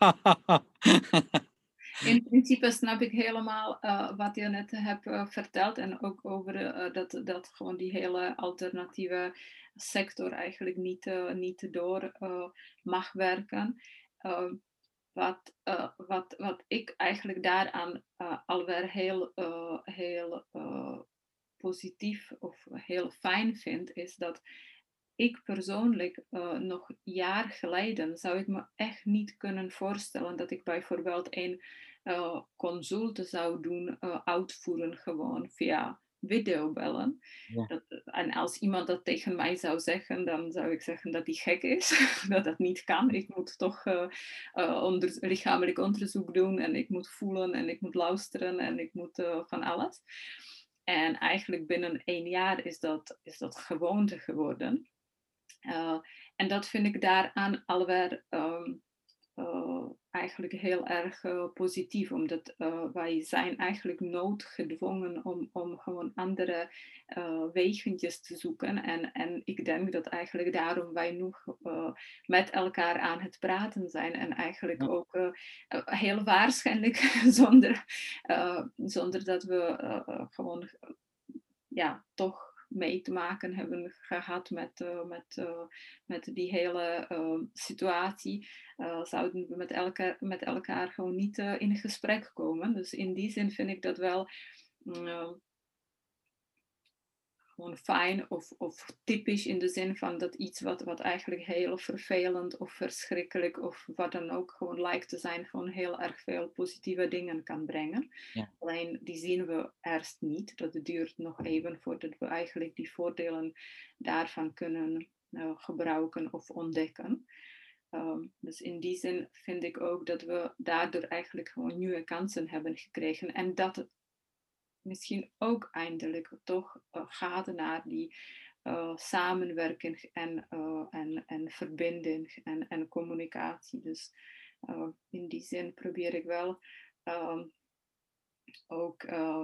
In principe snap ik helemaal uh, wat je net hebt uh, verteld en ook over uh, dat, dat gewoon die hele alternatieve sector eigenlijk niet, uh, niet door uh, mag werken. Uh, wat, uh, wat, wat ik eigenlijk daaraan uh, alweer heel, uh, heel uh, positief of heel fijn vind, is dat ik persoonlijk uh, nog een jaar geleden zou ik me echt niet kunnen voorstellen dat ik bijvoorbeeld een uh, consulte zou doen, uh, uitvoeren gewoon via videobellen. Ja. Dat, en als iemand dat tegen mij zou zeggen, dan zou ik zeggen dat die gek is, dat dat niet kan. Ik moet toch uh, uh, onder, lichamelijk onderzoek doen en ik moet voelen en ik moet luisteren en ik moet uh, van alles. En eigenlijk binnen één jaar is dat, is dat gewoonte geworden. Uh, en dat vind ik daaraan alweer um, uh, eigenlijk heel erg uh, positief, omdat uh, wij zijn eigenlijk noodgedwongen om, om gewoon andere uh, wegentjes te zoeken. En, en ik denk dat eigenlijk daarom wij nog uh, met elkaar aan het praten zijn en eigenlijk ja. ook uh, heel waarschijnlijk zonder, uh, zonder dat we uh, gewoon ja, toch mee te maken hebben gehad met, uh, met, uh, met die hele uh, situatie, uh, zouden we met elkaar, met elkaar gewoon niet uh, in gesprek komen. Dus in die zin vind ik dat wel uh, gewoon fijn of, of typisch in de zin van dat iets wat, wat eigenlijk heel vervelend of verschrikkelijk of wat dan ook gewoon lijkt te zijn, gewoon heel erg veel positieve dingen kan brengen. Ja. Alleen die zien we eerst niet. Dat duurt nog even voordat we eigenlijk die voordelen daarvan kunnen uh, gebruiken of ontdekken. Um, dus in die zin vind ik ook dat we daardoor eigenlijk gewoon nieuwe kansen hebben gekregen. En dat het misschien ook eindelijk toch uh, gaat naar die uh, samenwerking en, uh, en, en verbinding en, en communicatie. Dus uh, in die zin probeer ik wel um, ook uh,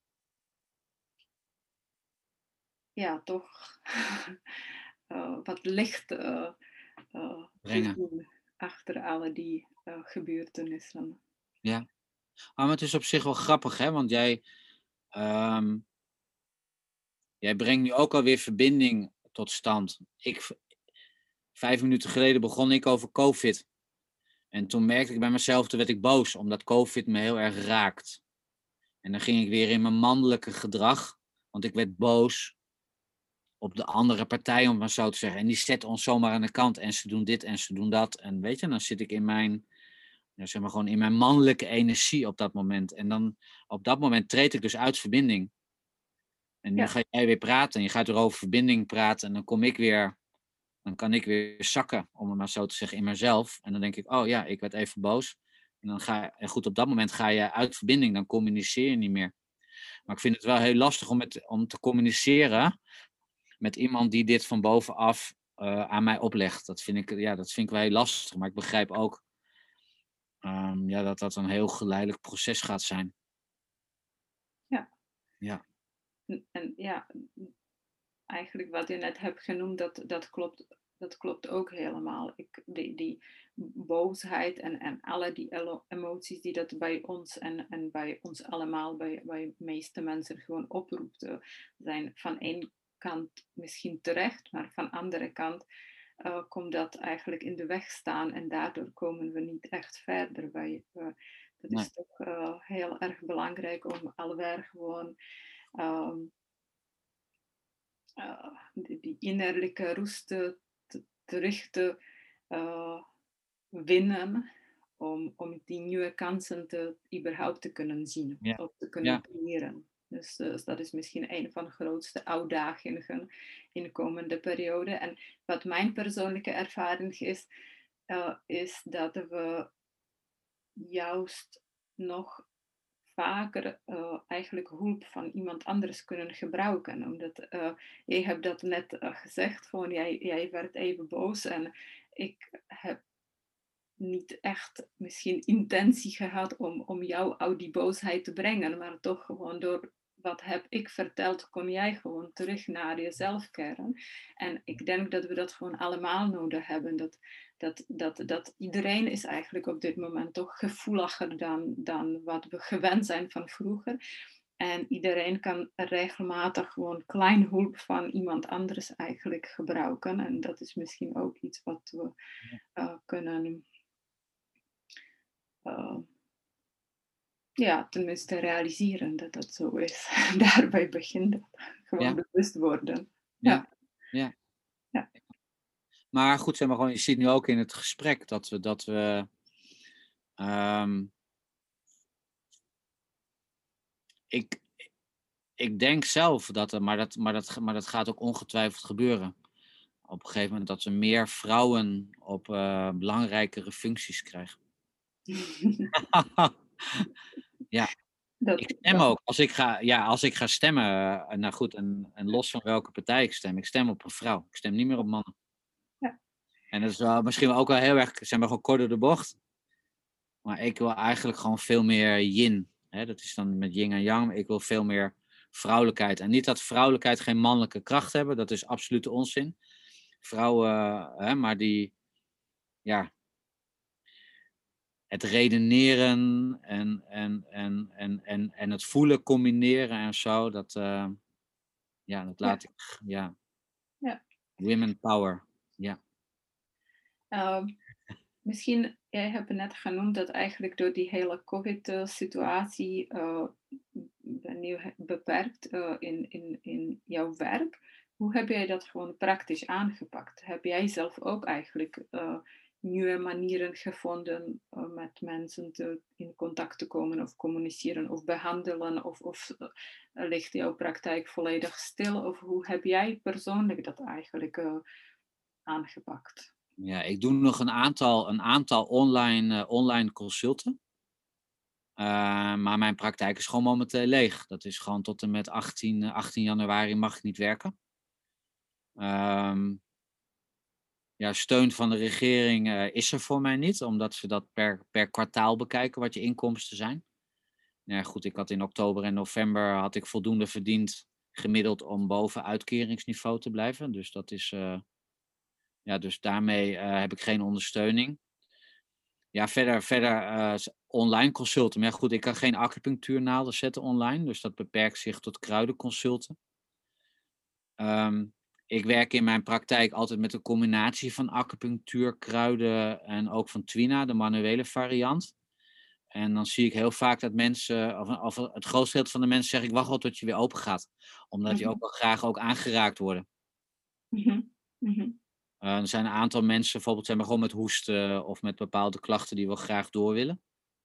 ja, toch uh, wat licht uh, uh, te Brengen. zien achter alle die uh, gebeurtenissen. Ja. Ah, maar het is op zich wel grappig, hè? Want jij, ehm, jij brengt nu ook alweer verbinding tot stand. Ik, v- vijf minuten geleden begon ik over COVID. En toen merkte ik bij mezelf, toen werd ik boos, omdat COVID me heel erg raakt. En dan ging ik weer in mijn mannelijke gedrag, want ik werd boos op de andere partij, om het maar zo te zeggen. En die zetten ons zomaar aan de kant en ze doen dit en ze doen dat. En weet je, dan zit ik in mijn, ja, zeg maar gewoon in mijn mannelijke energie op dat moment. En dan op dat moment treed ik dus uit verbinding. En nu Ja, ga jij weer praten en je gaat weer over verbinding praten en dan kom ik weer, dan kan ik weer zakken, om het maar zo te zeggen, in mezelf. En dan denk ik, oh ja, ik werd even boos. En dan ga en goed, op dat moment ga je uit verbinding, dan communiceer je niet meer. Maar ik vind het wel heel lastig om, met, om te communiceren met iemand die dit van bovenaf uh, aan mij oplegt. Dat vind, ik, ja, dat vind ik wel heel lastig. Maar ik begrijp ook um, ja, dat dat een heel geleidelijk proces gaat zijn. ja. Ja, En, en ja, eigenlijk wat je net hebt genoemd, dat, dat, klopt, dat klopt ook helemaal. Ik, die, die boosheid en, en alle die emoties die dat bij ons en, en bij ons allemaal, bij, bij de meeste mensen gewoon oproept, uh, zijn van één kant misschien terecht, maar van de andere kant uh, komt dat eigenlijk in de weg staan en daardoor komen we niet echt verder. Bij, uh, dat nee, is toch uh, heel erg belangrijk om alweer gewoon um, uh, die, die, innerlijke rust te, terug te uh, winnen om, om die nieuwe kansen te, überhaupt te kunnen zien ja, of te kunnen ja, creëren. Dus, dus dat is misschien een van de grootste uitdagingen in de komende periode. En wat mijn persoonlijke ervaring is, uh, is dat we juist nog vaker uh, eigenlijk hulp van iemand anders kunnen gebruiken. Omdat uh, je hebt dat net uh, gezegd, van jij, jij werd even boos en ik heb niet echt misschien intentie gehad om, om jou uit die boosheid te brengen, maar toch gewoon door wat heb ik verteld, kom jij gewoon terug naar jezelf keren. En ik denk dat we dat gewoon allemaal nodig hebben. Dat, dat, dat, dat iedereen is eigenlijk op dit moment toch gevoeliger dan, dan wat we gewend zijn van vroeger. En iedereen kan regelmatig gewoon klein hulp van iemand anders eigenlijk gebruiken. En dat is misschien ook iets wat we uh, kunnen uh, ja, tenminste realiseren dat dat zo is. Daarbij begint het. Gewoon ja, bewust worden. ja, Ja, ja. ja, Maar goed, zeg maar gewoon, je ziet nu ook in het gesprek dat we, dat we um, ik, ik denk zelf dat er, maar dat, maar, dat, maar dat gaat ook ongetwijfeld gebeuren. Op een gegeven moment dat we meer vrouwen op uh, belangrijkere functies krijgen. Ja, dat, ik stem dat, ook. Als ik ga, ja, als ik ga stemmen, uh, nou goed, en, en los van welke partij ik stem, ik stem op een vrouw. Ik stem niet meer op mannen. ja, En dat is wel, misschien wel ook wel heel erg, zeg maar, gewoon kort door de bocht. Maar ik wil eigenlijk gewoon veel meer yin. Hè? Dat is dan met yin en yang. Maar ik wil veel meer vrouwelijkheid. En niet dat vrouwelijkheid geen mannelijke kracht hebben. Dat is absolute onzin. Vrouwen, hè, maar die, ja, het redeneren en, en, en, en, en, en het voelen combineren en zo. Dat, uh, ja, dat ja, laat ik, ja, ja. women power. Ja, Uh, misschien, jij hebt net genoemd dat eigenlijk door die hele COVID-situatie uh, ben je beperkt uh, in, in, in jouw werk. Hoe heb jij dat gewoon praktisch aangepakt? Heb jij zelf ook eigenlijk uh, nieuwe manieren gevonden uh, met mensen te, in contact te komen of communiceren of behandelen? Of, of uh, ligt jouw praktijk volledig stil? Of hoe heb jij persoonlijk dat eigenlijk uh, aangepakt? Ja, ik doe nog een aantal, een aantal online, eh, online consulten. Eh, maar mijn praktijk is gewoon momenteel leeg. Dat is gewoon tot en met achttien, eh, achttien januari mag ik niet werken. Ehm, ja, steun van de regering eh, is er voor mij niet, omdat ze dat per, per kwartaal bekijken wat je inkomsten zijn. Nou ja, goed, ik had in oktober en november had ik voldoende verdiend gemiddeld om boven uitkeringsniveau te blijven. Dus dat is, eh, ja, dus daarmee eh, heb ik geen ondersteuning. Ja, verder, verder eh, s- online consulten. Maar ja, goed, ik kan geen acupunctuurnaalden zetten online, dus dat beperkt zich tot kruidenconsulten. Ehm, ik werk in mijn praktijk altijd met een combinatie van acupunctuur, kruiden en ook van Twina, de manuele variant. En dan zie ik heel vaak dat mensen, of, of het grootste deel van de mensen zegt, ik wacht wel tot je weer open gaat. Omdat die Mhm, ook wel graag ook aangeraakt worden. mhm, mhm. Eh, er zijn een aantal mensen, bijvoorbeeld zijn we gewoon met hoesten of met bepaalde klachten die wel graag door willen.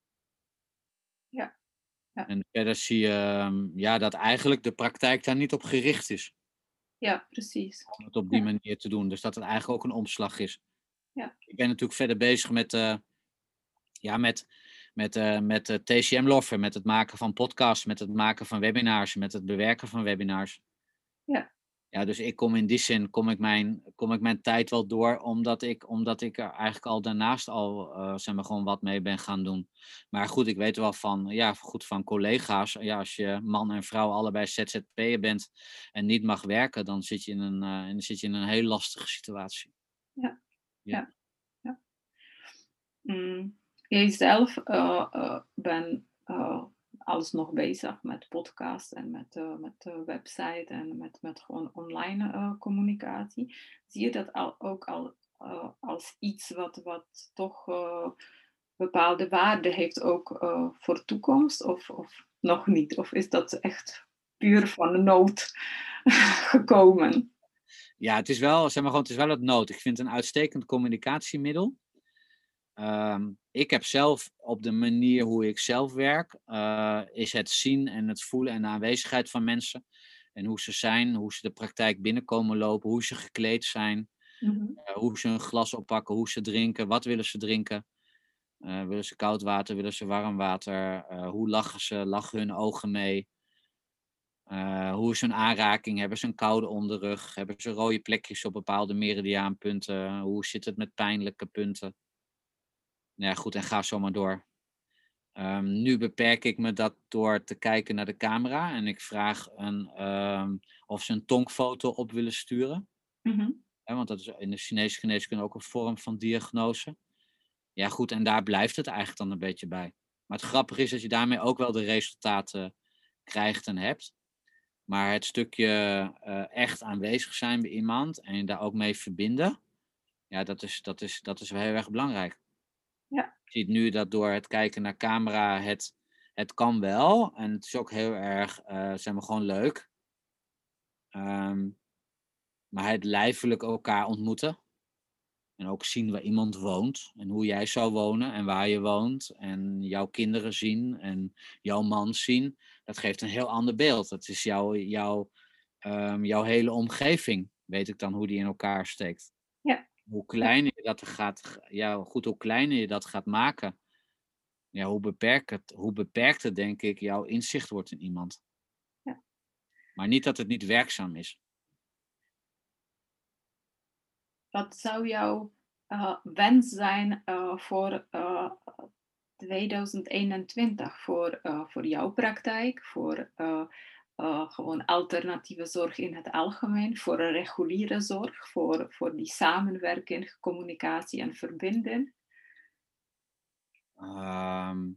Ja, ja, En verder zie je ehm, ja, dat eigenlijk de praktijk daar niet op gericht is. ja, precies. Om het op die Ja, manier te doen. Dus dat het eigenlijk ook een omslag is. ja. Ik ben natuurlijk verder bezig met, eh, ja, met, met, eh, met eh, T C M Loffer, met het maken van podcasts, met het maken van webinars, met het bewerken van webinars. Ja, Ja, dus ik kom in die zin, kom ik mijn, kom ik mijn tijd wel door, omdat ik, omdat ik er eigenlijk al daarnaast al, eh, zeg maar, gewoon wat mee ben gaan doen. Maar goed, ik weet wel van, ja, goed van collega's, ja, als je man en vrouw allebei Z Z P'er bent en niet mag werken, dan zit je in een, eh, dan zit je in een heel lastige situatie. ja, Ja. ja, ja. Mm. Jij zelf eh, eh, ben eh, alles nog bezig met podcast en met, eh, met de website en met, met gewoon online eh, communicatie. Zie je dat al, ook al eh, als iets wat, wat toch eh, bepaalde waarde heeft ook eh, voor de toekomst of, of nog niet? Of is dat echt puur van de nood gekomen? Ja, het is wel, zeg maar gewoon, het is wel het nood. Ik vind het een uitstekend communicatiemiddel. Ehm, ik heb zelf op de manier hoe ik zelf werk, eh, is het zien en het voelen en de aanwezigheid van mensen. En hoe ze zijn, hoe ze de praktijk binnenkomen lopen, hoe ze gekleed zijn, Mhm, eh, hoe ze een glas oppakken, hoe ze drinken, wat willen ze drinken. Eh, willen ze koud water, willen ze warm water? Eh, hoe lachen ze? Lachen hun ogen mee? Eh, hoe is hun aanraking? Hebben ze een koude onderrug? Hebben ze rode plekjes op bepaalde meridiaanpunten? Hoe zit het met pijnlijke punten? Nou ja, goed, en ga zo maar door. Ehm, nu beperk ik me dat door te kijken naar de camera en ik vraag een, ehm, of ze een tongfoto op willen sturen. mhm. Hè, want dat is in de Chinese geneeskunde ook een vorm van diagnose. Ja, goed, en daar blijft het eigenlijk dan een beetje bij. Maar het grappige is dat je daarmee ook wel de resultaten krijgt en hebt. Maar het stukje eh, echt aanwezig zijn bij iemand en je daar ook mee verbinden, ja, dat is, dat is, dat is wel heel erg belangrijk. Ja, Je ziet nu dat door het kijken naar camera het, het kan wel. En het is ook heel erg, eh zeg maar, gewoon leuk. Ehm, maar het lijfelijk elkaar ontmoeten. En ook zien waar iemand woont. En hoe jij zou wonen en waar je woont. En jouw kinderen zien en jouw man zien. Dat geeft een heel ander beeld. Dat is jouw, jouw, ehm, jouw hele omgeving. Weet ik dan hoe die in elkaar steekt. ja, Hoe ja, kleiner je dat gaat, ja, goed, hoe kleiner je dat gaat maken. Ja, hoe beperkt het, hoe beperkter, denk ik, jouw inzicht wordt in iemand. ja. Maar niet dat het niet werkzaam is. Wat zou jouw eh, wens zijn eh, voor eh, tweeduizend eenentwintig? Voor, eh, voor jouw praktijk, voor eh, eh, gewoon alternatieve zorg in het algemeen, voor een reguliere zorg, voor, voor die samenwerking, communicatie en verbinden? Ehm,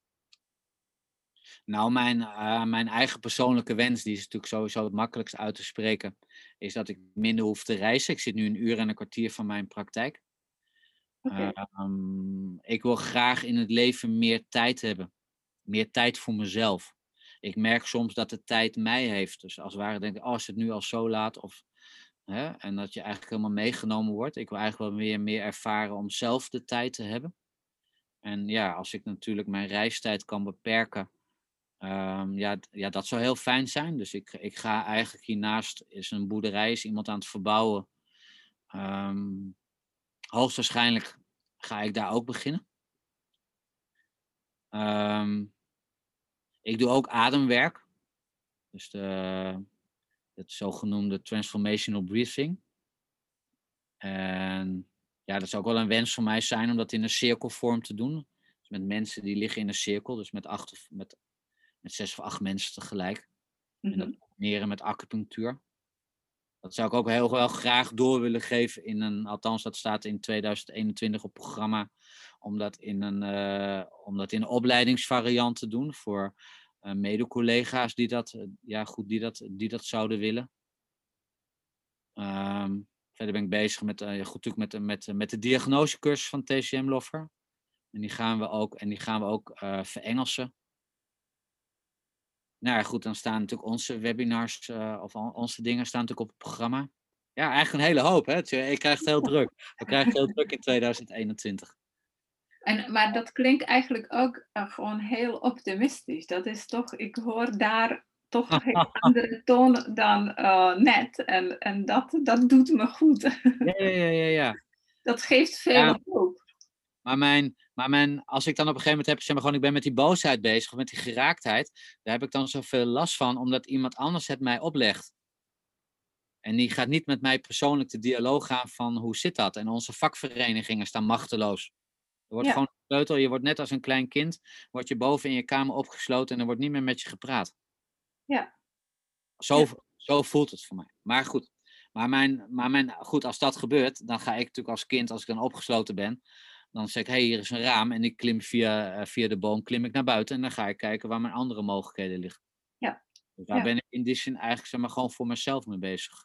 nou, mijn, eh, mijn eigen persoonlijke wens, die is natuurlijk sowieso het makkelijkst uit te spreken, is dat ik minder hoef te reizen. Ik zit nu een uur en een kwartier van mijn praktijk. Oké. Ehm, ik wil graag in het leven meer tijd hebben. Meer tijd voor mezelf. Ik merk soms dat de tijd mij heeft. Dus als het ware denk ik, oh, is het nu al zo laat? Of, hè? En dat je eigenlijk helemaal meegenomen wordt. Ik wil eigenlijk wel weer meer ervaren om zelf de tijd te hebben. En ja, als ik natuurlijk mijn reistijd kan beperken, ehm, ja, d- ja, dat zou heel fijn zijn. Dus ik, ik ga eigenlijk hiernaast, is een boerderij, is iemand aan het verbouwen. Ehm, hoogstwaarschijnlijk ga ik daar ook beginnen. Ehm, ik doe ook ademwerk. Dus de, het zogenoemde transformational breathing. En ja, dat zou ook wel een wens van mij zijn om dat in een cirkelvorm te doen. Dus met mensen die liggen in een cirkel, dus met, acht of, met, met zes of acht mensen tegelijk. En dat Mhm. combineren met acupunctuur. Dat zou ik ook heel wel graag door willen geven in een, althans dat staat in tweeduizend eenentwintig op programma, om dat in een, uh, om dat in een opleidingsvariant te doen voor uh, mede-collega's die dat, uh, ja, goed, die dat, die dat zouden willen. Um, verder ben ik bezig met, uh, goed, natuurlijk met, met, met de diagnosecursus van T C M Loffer. En die gaan we ook, en die gaan we ook uh, verengelsen. Nou ja, goed, dan staan natuurlijk onze webinars uh, of al, onze dingen staan natuurlijk op het programma. Ja, eigenlijk een hele hoop. Hè? Ik krijg het heel druk. We krijgen het heel druk in tweeduizend eenentwintig. En, maar dat klinkt eigenlijk ook uh, gewoon heel optimistisch. Dat is toch, ik hoor daar toch een heel andere toon dan uh, net. En, en dat, dat doet me goed. Ja, ja, ja, ja. ja. Dat geeft veel ja, hoop. Maar, mijn, maar mijn, als ik dan op een gegeven moment heb, zeg maar gewoon, ik ben met die boosheid bezig, of met die geraaktheid, daar heb ik dan zoveel last van, omdat iemand anders het mij oplegt. En die gaat niet met mij persoonlijk de dialoog gaan van hoe zit dat? En onze vakverenigingen staan machteloos. Er wordt Ja. gewoon sleutel, je wordt net als een klein kind, word je boven in je kamer opgesloten en er wordt niet meer met je gepraat. Ja. Zo, Ja. zo voelt het voor mij. Maar goed, maar mijn, maar mijn, goed, als dat gebeurt, dan ga ik natuurlijk als kind, als ik dan opgesloten ben, dan zeg ik, hé, hey, hier is een raam en ik klim via, uh, via de boom, klim ik naar buiten en dan ga ik kijken waar mijn andere mogelijkheden liggen. Ja. Dus daar Ja. ben ik in die zin eigenlijk, zeg maar, gewoon voor mezelf mee bezig.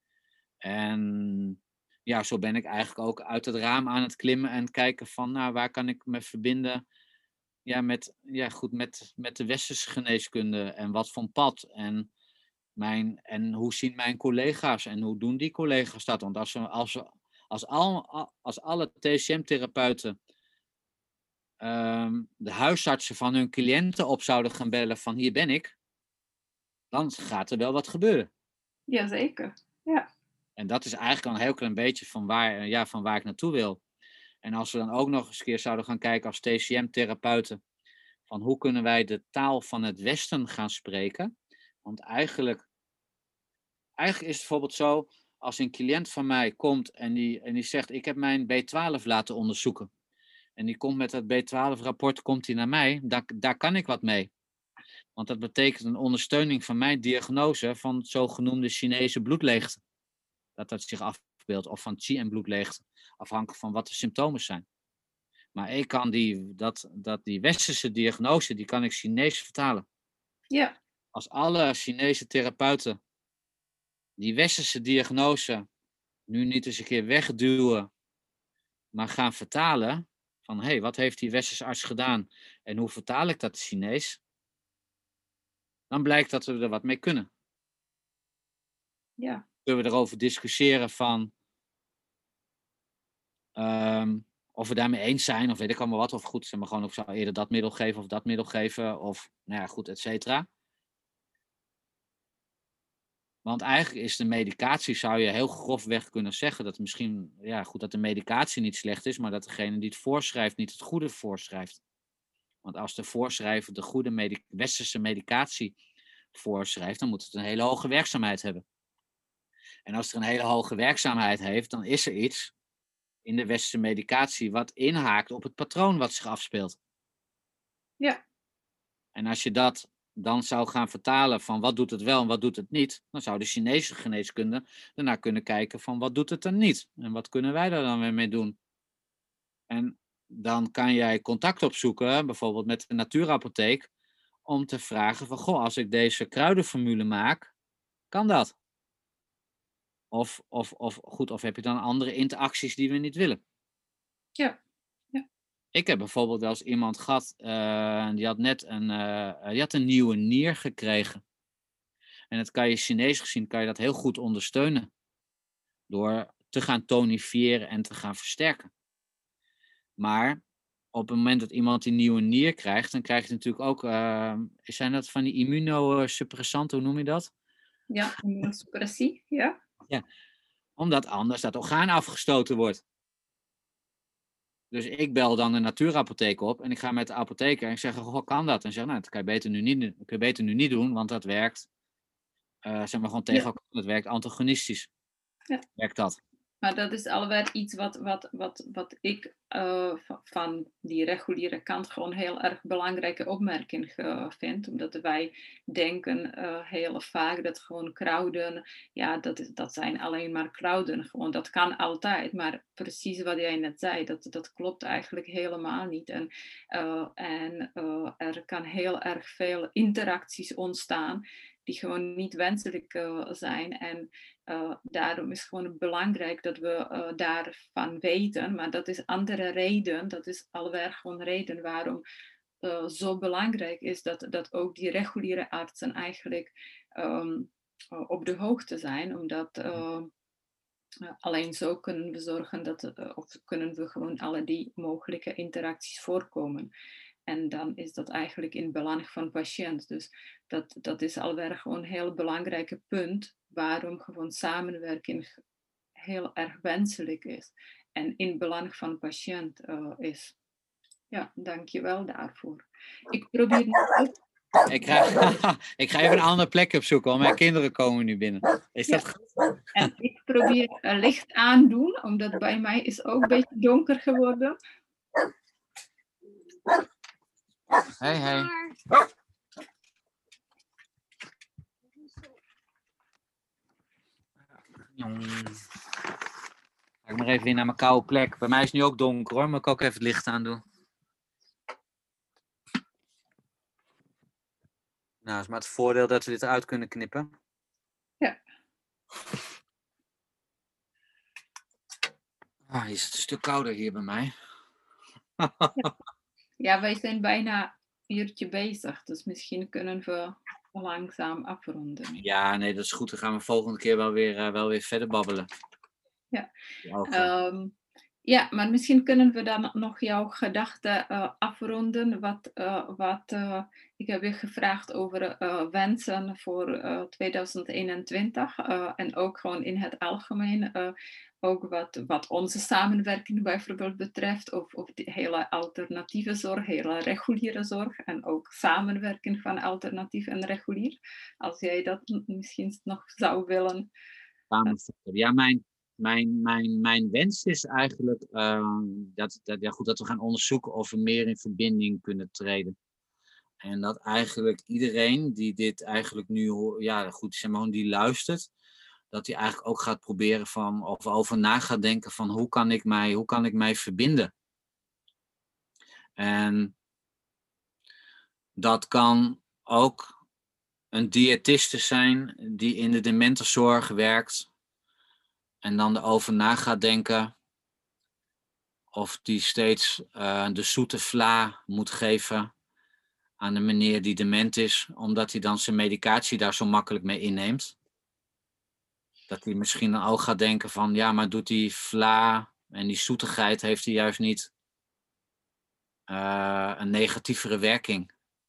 En ja, zo ben ik eigenlijk ook uit het raam aan het klimmen en kijken van, nou, waar kan ik me verbinden, ja, met, ja, goed, met, met de westerse geneeskunde en wat voor pad en mijn, en hoe zien mijn collega's en hoe doen die collega's dat? Want als, we, als, we, als, al, als alle T C M-therapeuten um, de huisartsen van hun cliënten op zouden gaan bellen van hier ben ik, dan gaat er wel wat gebeuren. Jazeker, ja. En dat is eigenlijk al een heel klein beetje van waar, ja, van waar ik naartoe wil. En als we dan ook nog eens een keer zouden gaan kijken als T C M-therapeuten, van hoe kunnen wij de taal van het Westen gaan spreken? Want eigenlijk, eigenlijk is het bijvoorbeeld zo, als een cliënt van mij komt en die, en die zegt, ik heb mijn B twaalf laten onderzoeken. En die komt met dat B twaalf rapport, komt hij naar mij, daar, daar kan ik wat mee. Want dat betekent een ondersteuning van mijn diagnose van het zogenoemde Chinese bloedleegte. Dat dat zich afbeeldt, of van Qi en bloedleegte, afhankelijk van wat de symptomen zijn. Maar ik kan die, dat, dat die westerse diagnose, die kan ik Chinees vertalen. Ja. Als alle Chinese therapeuten die westerse diagnose nu niet eens een keer wegduwen, maar gaan vertalen van, hé, hey, wat heeft die westerse arts gedaan en hoe vertaal ik dat Chinees? Dan blijkt dat we er wat mee kunnen. Ja. Kunnen we erover discussiëren van um, of we daarmee eens zijn, of weet ik allemaal wat, of goed, zeg maar gewoon, of zou eerder dat middel geven of dat middel geven, of nou ja, goed, et cetera. Want eigenlijk is de medicatie, zou je heel grofweg kunnen zeggen, dat misschien, ja goed, dat de medicatie niet slecht is, maar dat degene die het voorschrijft niet het goede voorschrijft. Want als de voorschrijver de goede medi- westerse medicatie voorschrijft, dan moet het een hele hoge werkzaamheid hebben. En als het een hele hoge werkzaamheid heeft, dan is er iets in de westerse medicatie wat inhaakt op het patroon wat zich afspeelt. Ja. En als je dat dan zou gaan vertalen van wat doet het wel en wat doet het niet, dan zou de Chinese geneeskunde daarna kunnen kijken van wat doet het dan niet en wat kunnen wij daar dan weer mee doen. En dan kan jij contact opzoeken, bijvoorbeeld met de Natuurapotheek, om te vragen van, goh, als ik deze kruidenformule maak, kan dat? Of, of, of, goed, of heb je dan andere interacties die we niet willen? Ja. Ja. Ik heb bijvoorbeeld wel eens iemand gehad, uh, die had net een, uh, die had een nieuwe nier gekregen. En dat kan je Chinees gezien, kan je dat heel goed ondersteunen. Door te gaan tonifiëren en te gaan versterken. Maar op het moment dat iemand die nieuwe nier krijgt, dan krijg je natuurlijk ook, uh, zijn dat van die immunosuppressanten, hoe noem je dat? Ja, immunosuppressie, ja. Ja, omdat anders dat orgaan afgestoten wordt. Dus ik bel dan de natuurapotheek op en ik ga met de apotheker en ik zeg, goh, kan dat? En zeg, nou, dat kan je beter nu niet, kun je beter nu niet doen, want dat werkt, uh, zeg maar gewoon tegen Ja. elkaar, dat werkt antagonistisch. Ja. Werkt dat. Maar dat is alweer iets wat, wat, wat, wat ik uh, van die reguliere kant gewoon heel erg belangrijke opmerking uh, vind. Omdat wij denken uh, heel vaak dat gewoon kruiden, ja, dat, is, dat zijn alleen maar kruiden. Gewoon, dat kan altijd. Maar precies wat jij net zei, dat, dat klopt eigenlijk helemaal niet. En, uh, en uh, er kan heel erg veel interacties ontstaan die gewoon niet wenselijk uh, zijn. En uh, daarom is het gewoon belangrijk dat we uh, daarvan weten. Maar dat is andere reden, dat is alweer gewoon reden waarom uh, zo belangrijk is dat, dat ook die reguliere artsen eigenlijk um, uh, op de hoogte zijn. Omdat uh, uh, alleen zo kunnen we zorgen dat, uh, of kunnen we gewoon alle die mogelijke interacties voorkomen. En dan is dat eigenlijk in belang van de patiënt. Dus dat, dat is alweer gewoon een heel belangrijk punt waarom gewoon samenwerking heel erg wenselijk is. En in belang van de patiënt uh, is. Ja, dank je wel daarvoor. Ik probeer nog... Ik ga, ik ga even een andere plek opzoeken, want mijn kinderen komen nu binnen. Is ja. dat goed? En ik probeer uh, licht aandoen, omdat bij mij is ook een beetje donker geworden. Hey, hey. Ga ik maar even weer naar mijn koude plek. Bij mij is het nu ook donker hoor, maar ik kan ook even het licht aandoen. Nou, is maar het voordeel dat we dit eruit kunnen knippen. Ja. Ah, hier is het een stuk kouder hier bij mij. Ja. Ja, wij zijn bijna een uurtje bezig, dus misschien kunnen we langzaam afronden. Ja, nee, dat is goed. Dan gaan we volgende keer wel weer, uh, wel weer verder babbelen. Ja. Um, ja, maar misschien kunnen we dan nog jouw gedachten uh, afronden. Wat, uh, wat, uh, ik heb je gevraagd over uh, wensen voor uh, tweeduizend eenentwintig uh, en ook gewoon in het algemeen. Uh, ook wat, wat onze samenwerking bijvoorbeeld betreft, of, of de hele alternatieve zorg, hele reguliere zorg en ook samenwerking van alternatief en regulier. Als jij dat misschien nog zou willen. Ja, mijn, mijn, mijn, mijn wens is eigenlijk uh, dat, dat, ja, goed, dat we gaan onderzoeken of we meer in verbinding kunnen treden. En dat eigenlijk iedereen die dit eigenlijk nu, ja goed, zeg maar, die luistert, dat hij eigenlijk ook gaat proberen van, of over na gaat denken van hoe kan ik mij, hoe kan ik mij verbinden. En dat kan ook een diëtiste zijn die in de dementenzorg werkt en dan erover na gaat denken of die steeds uh, de zoete vla moet geven aan de meneer die dement is, omdat hij dan zijn medicatie daar zo makkelijk mee inneemt. Dat hij misschien dan ook gaat denken van, ja, maar doet die vla en die zoetigheid, heeft hij juist niet uh, een negatievere werking?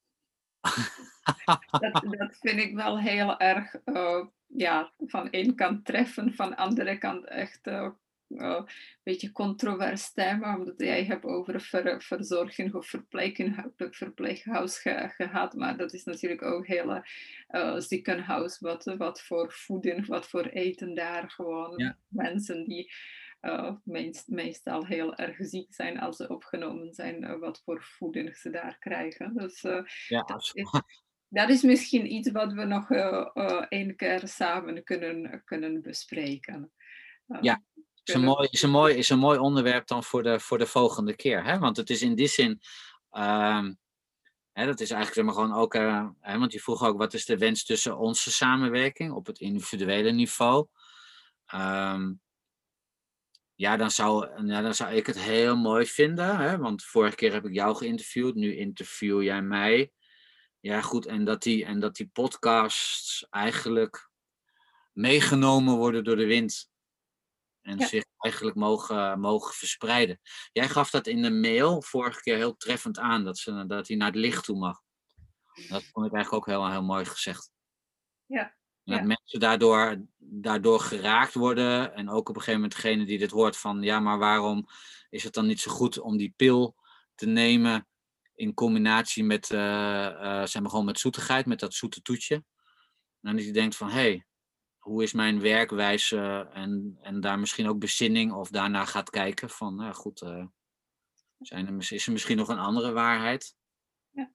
dat, dat vind ik wel heel erg, uh, ja, van één kant treffen, van de andere kant echt uh, uh, een beetje controverse thema, omdat jij hebt over ver, verzorging of verpleeghuis ge, gehad, maar dat is natuurlijk ook heel uh, ziekenhuis, wat, wat voor voeding, wat voor eten daar gewoon, ja. Mensen die uh, meest, meestal heel erg ziek zijn als ze opgenomen zijn, uh, wat voor voeding ze daar krijgen. Dus uh, ja, dat is, dat is misschien iets wat we nog uh, uh, één keer samen kunnen, kunnen bespreken. Uh, ja, is een, mooi, is, een mooi, is een mooi onderwerp dan voor de, voor de volgende keer. Hè? Want het is in die zin, uh, hè, dat is eigenlijk zeg maar gewoon ook, uh, hè, want je vroeg ook wat is de wens tussen onze samenwerking op het individuele niveau. Um, ja, dan zou, ja, dan zou ik het heel mooi vinden, hè? Want vorige keer heb ik jou geïnterviewd, nu interview jij mij. Ja, goed, en dat die, en dat die podcasts eigenlijk meegenomen worden door de wind. En ja. zich eigenlijk mogen, mogen verspreiden. Jij gaf dat in de mail vorige keer heel treffend aan, dat, ze, dat hij naar het licht toe mag. Dat vond ik eigenlijk ook heel, heel mooi gezegd. Ja. En dat ja. mensen daardoor, daardoor geraakt worden. En ook op een gegeven moment degene die dit hoort van, ja, maar waarom is het dan niet zo goed om die pil te nemen in combinatie met, uh, uh, zeg maar gewoon met zoetigheid, met dat zoete toetje. En dat je denkt van, hé, hey, hoe is mijn werkwijze en, en daar misschien ook bezinning of daarna gaat kijken van, nou goed, uh, zijn er, is er misschien nog een andere waarheid? Ja.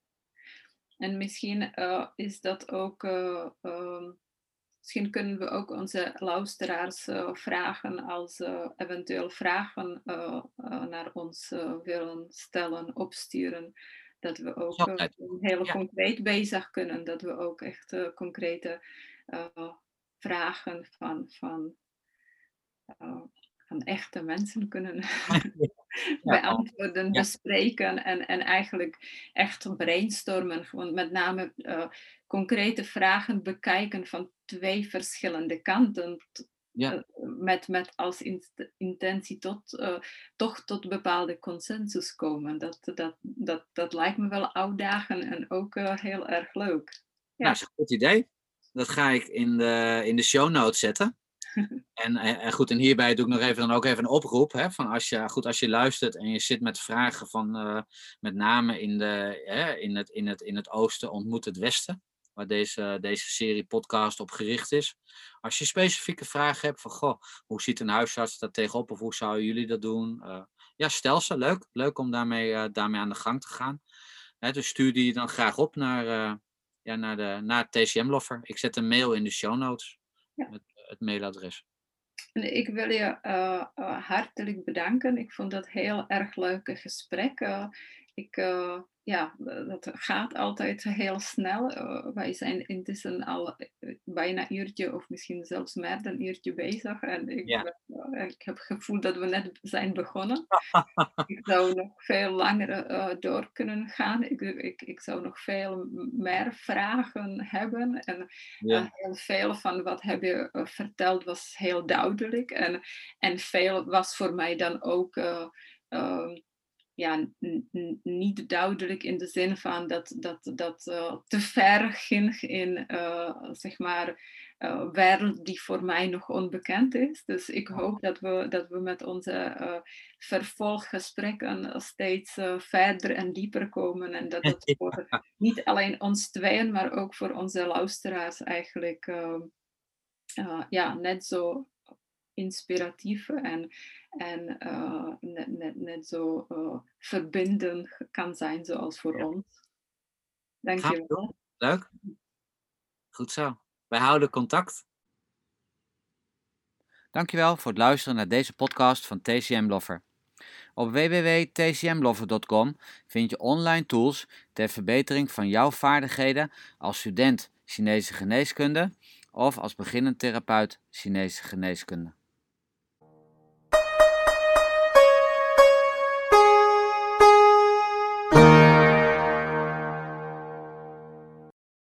En misschien uh, is dat ook, uh, um, misschien kunnen we ook onze luisteraars uh, vragen als uh, eventueel vragen uh, uh, naar ons uh, willen stellen, opsturen. Dat we ook uh, heel ja. concreet bezig kunnen. Dat we ook echt uh, concrete uh, vragen van, van, uh, van echte mensen kunnen ja. beantwoorden, ja. bespreken en, en eigenlijk echt brainstormen. Gewoon met name uh, concrete vragen bekijken van twee verschillende kanten. Ja. Uh, met, met als in, intentie tot, uh, toch tot bepaalde consensus komen. Dat, dat, dat, dat lijkt me wel uitdagen en ook uh, heel erg leuk. Ja. Nou, dat is een goed idee. Dat ga ik in de, in de show notes zetten. En, en goed, en hierbij doe ik nog even, dan ook even een oproep. Hè, van als je, goed, als je luistert en je zit met vragen van uh, met name in, de, hè, in, het, in, het, in het oosten ontmoet het westen. Waar deze, deze serie podcast op gericht is. Als je specifieke vragen hebt van, goh, hoe ziet een huisarts daar tegenop? Of hoe zouden jullie dat doen? Uh, ja, stel ze. Leuk. Leuk om daarmee, uh, daarmee aan de gang te gaan. Hè, dus stuur die dan graag op naar, uh, ja, naar, de, naar T C M-Loffer. Ik zet een mail in de show notes. Ja. Met het mailadres. En ik wil je uh, uh, hartelijk bedanken. Ik vond dat heel erg leuke gesprek. Uh, ik, uh, ja, dat gaat altijd heel snel. Uh, wij zijn intussen al bijna een uurtje of misschien zelfs meer dan een uurtje bezig. En ik, ja. uh, ik heb het gevoel dat we net zijn begonnen. Ik zou nog veel langer uh, door kunnen gaan. Ik, ik, ik zou nog veel meer vragen hebben. En ja. uh, heel veel van wat heb je uh, verteld was heel duidelijk. En, en veel was voor mij dan ook uh, uh, ja, n- n- niet duidelijk in de zin van dat dat, dat uh, te ver ging in uh, zeg maar uh, wereld die voor mij nog onbekend is. Dus ik hoop dat we, dat we met onze uh, vervolggesprekken steeds uh, verder en dieper komen en dat het voor niet alleen ons tweeën, maar ook voor onze luisteraars eigenlijk uh, uh, ja, net zo inspiratief en, en uh, net, net, net zo uh, verbindend kan zijn zoals voor ja. ons. Dank je wel. Leuk. Goed zo. Wij houden contact. Dankjewel voor het luisteren naar deze podcast van T C M-Loffer. Op w w w punt t c m loffer punt com vind je online tools ter verbetering van jouw vaardigheden als student Chinese geneeskunde of als beginnend therapeut Chinese geneeskunde.